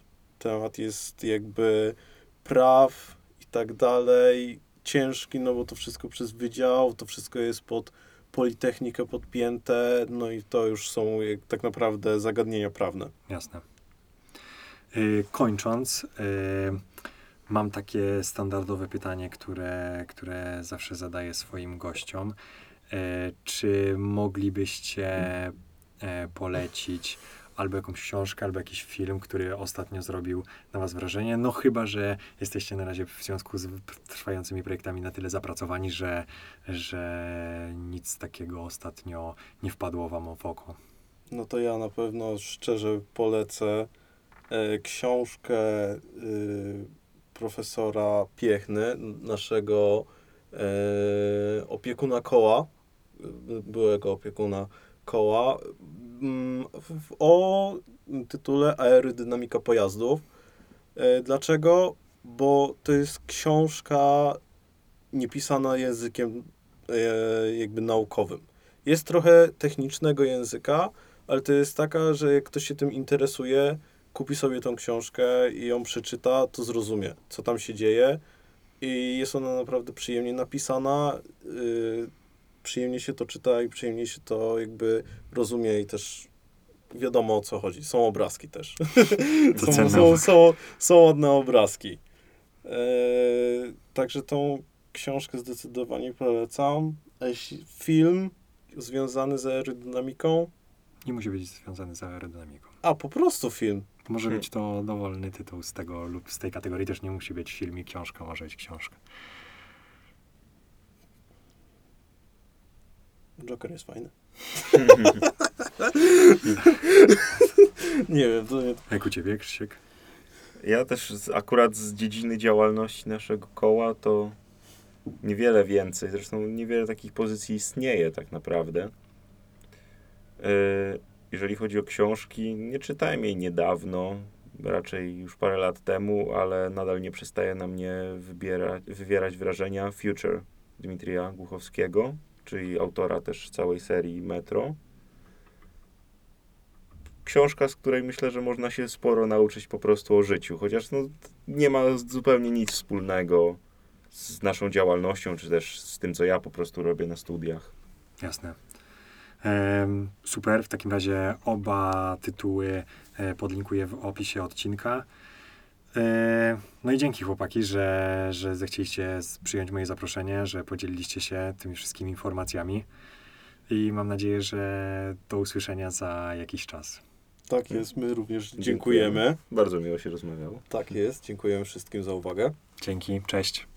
S2: temat jest jakby praw i tak dalej, ciężki, no bo to wszystko przez wydział, to wszystko jest pod Politechnikę podpięte, no i to już są jak, tak naprawdę zagadnienia prawne.
S1: Jasne. Y, kończąc, y, mam takie standardowe pytanie, które, które zawsze zadaję swoim gościom. Y, czy moglibyście y, polecić albo jakąś książkę, albo jakiś film, który ostatnio zrobił na was wrażenie? No chyba, że jesteście na razie w związku z trwającymi projektami na tyle zapracowani, że, że nic takiego ostatnio nie wpadło wam w oko.
S2: No to ja na pewno szczerze polecę e, książkę e, profesora Piechny, naszego e, opiekuna koła, byłego opiekuna koła, mm, w, o tytule Aerodynamika pojazdów. E, dlaczego? Bo to jest książka niepisana językiem e, jakby naukowym. Jest trochę technicznego języka, ale to jest taka, że jak ktoś się tym interesuje, kupi sobie tą książkę i ją przeczyta, to zrozumie, co tam się dzieje. I jest ona naprawdę przyjemnie napisana, yy, przyjemnie się to czyta i przyjemnie się to jakby rozumie i też wiadomo, o co chodzi. Są obrazki też.
S1: To
S2: są,
S1: cenne.
S2: są, są, są ładne obrazki. Yy, także tą książkę zdecydowanie polecam. A jeśli film związany z aerodynamiką,
S1: Nie musi być związany z aerodynamiką.
S2: a po prostu film.
S1: Może
S3: Hmm.
S1: być to dowolny tytuł z tego lub z tej kategorii. Też nie musi być film i książka, może być książka.
S2: Joker jest fajny. Nie wiem, to nie...
S1: Jak u ciebie, Krzysiek?
S3: Ja też z, akurat z dziedziny działalności naszego koła to niewiele więcej. Zresztą niewiele takich pozycji istnieje tak naprawdę. Yy, jeżeli chodzi o książki, nie czytałem jej niedawno, raczej już parę lat temu, ale nadal nie przestaje na mnie wybiera, wywierać wrażenia Future Dmitrija Głuchowskiego, czyli autora też całej serii Metro. Książka, z której myślę, że można się sporo nauczyć po prostu o życiu, chociaż no, nie ma zupełnie nic wspólnego z naszą działalnością, czy też z tym, co ja po prostu robię na studiach.
S1: Jasne. Em, super, w takim razie oba tytuły e, podlinkuję w opisie odcinka. E, no i dzięki chłopaki, że, że zechcieliście z- przyjąć moje zaproszenie, że podzieliliście się tymi wszystkimi informacjami i mam nadzieję, że do usłyszenia za jakiś czas.
S2: Tak jest, my również
S3: Dziękujemy.
S2: dziękujemy.
S3: Bardzo miło się rozmawiało.
S2: Tak jest, dziękujemy wszystkim za uwagę.
S1: Dzięki, cześć.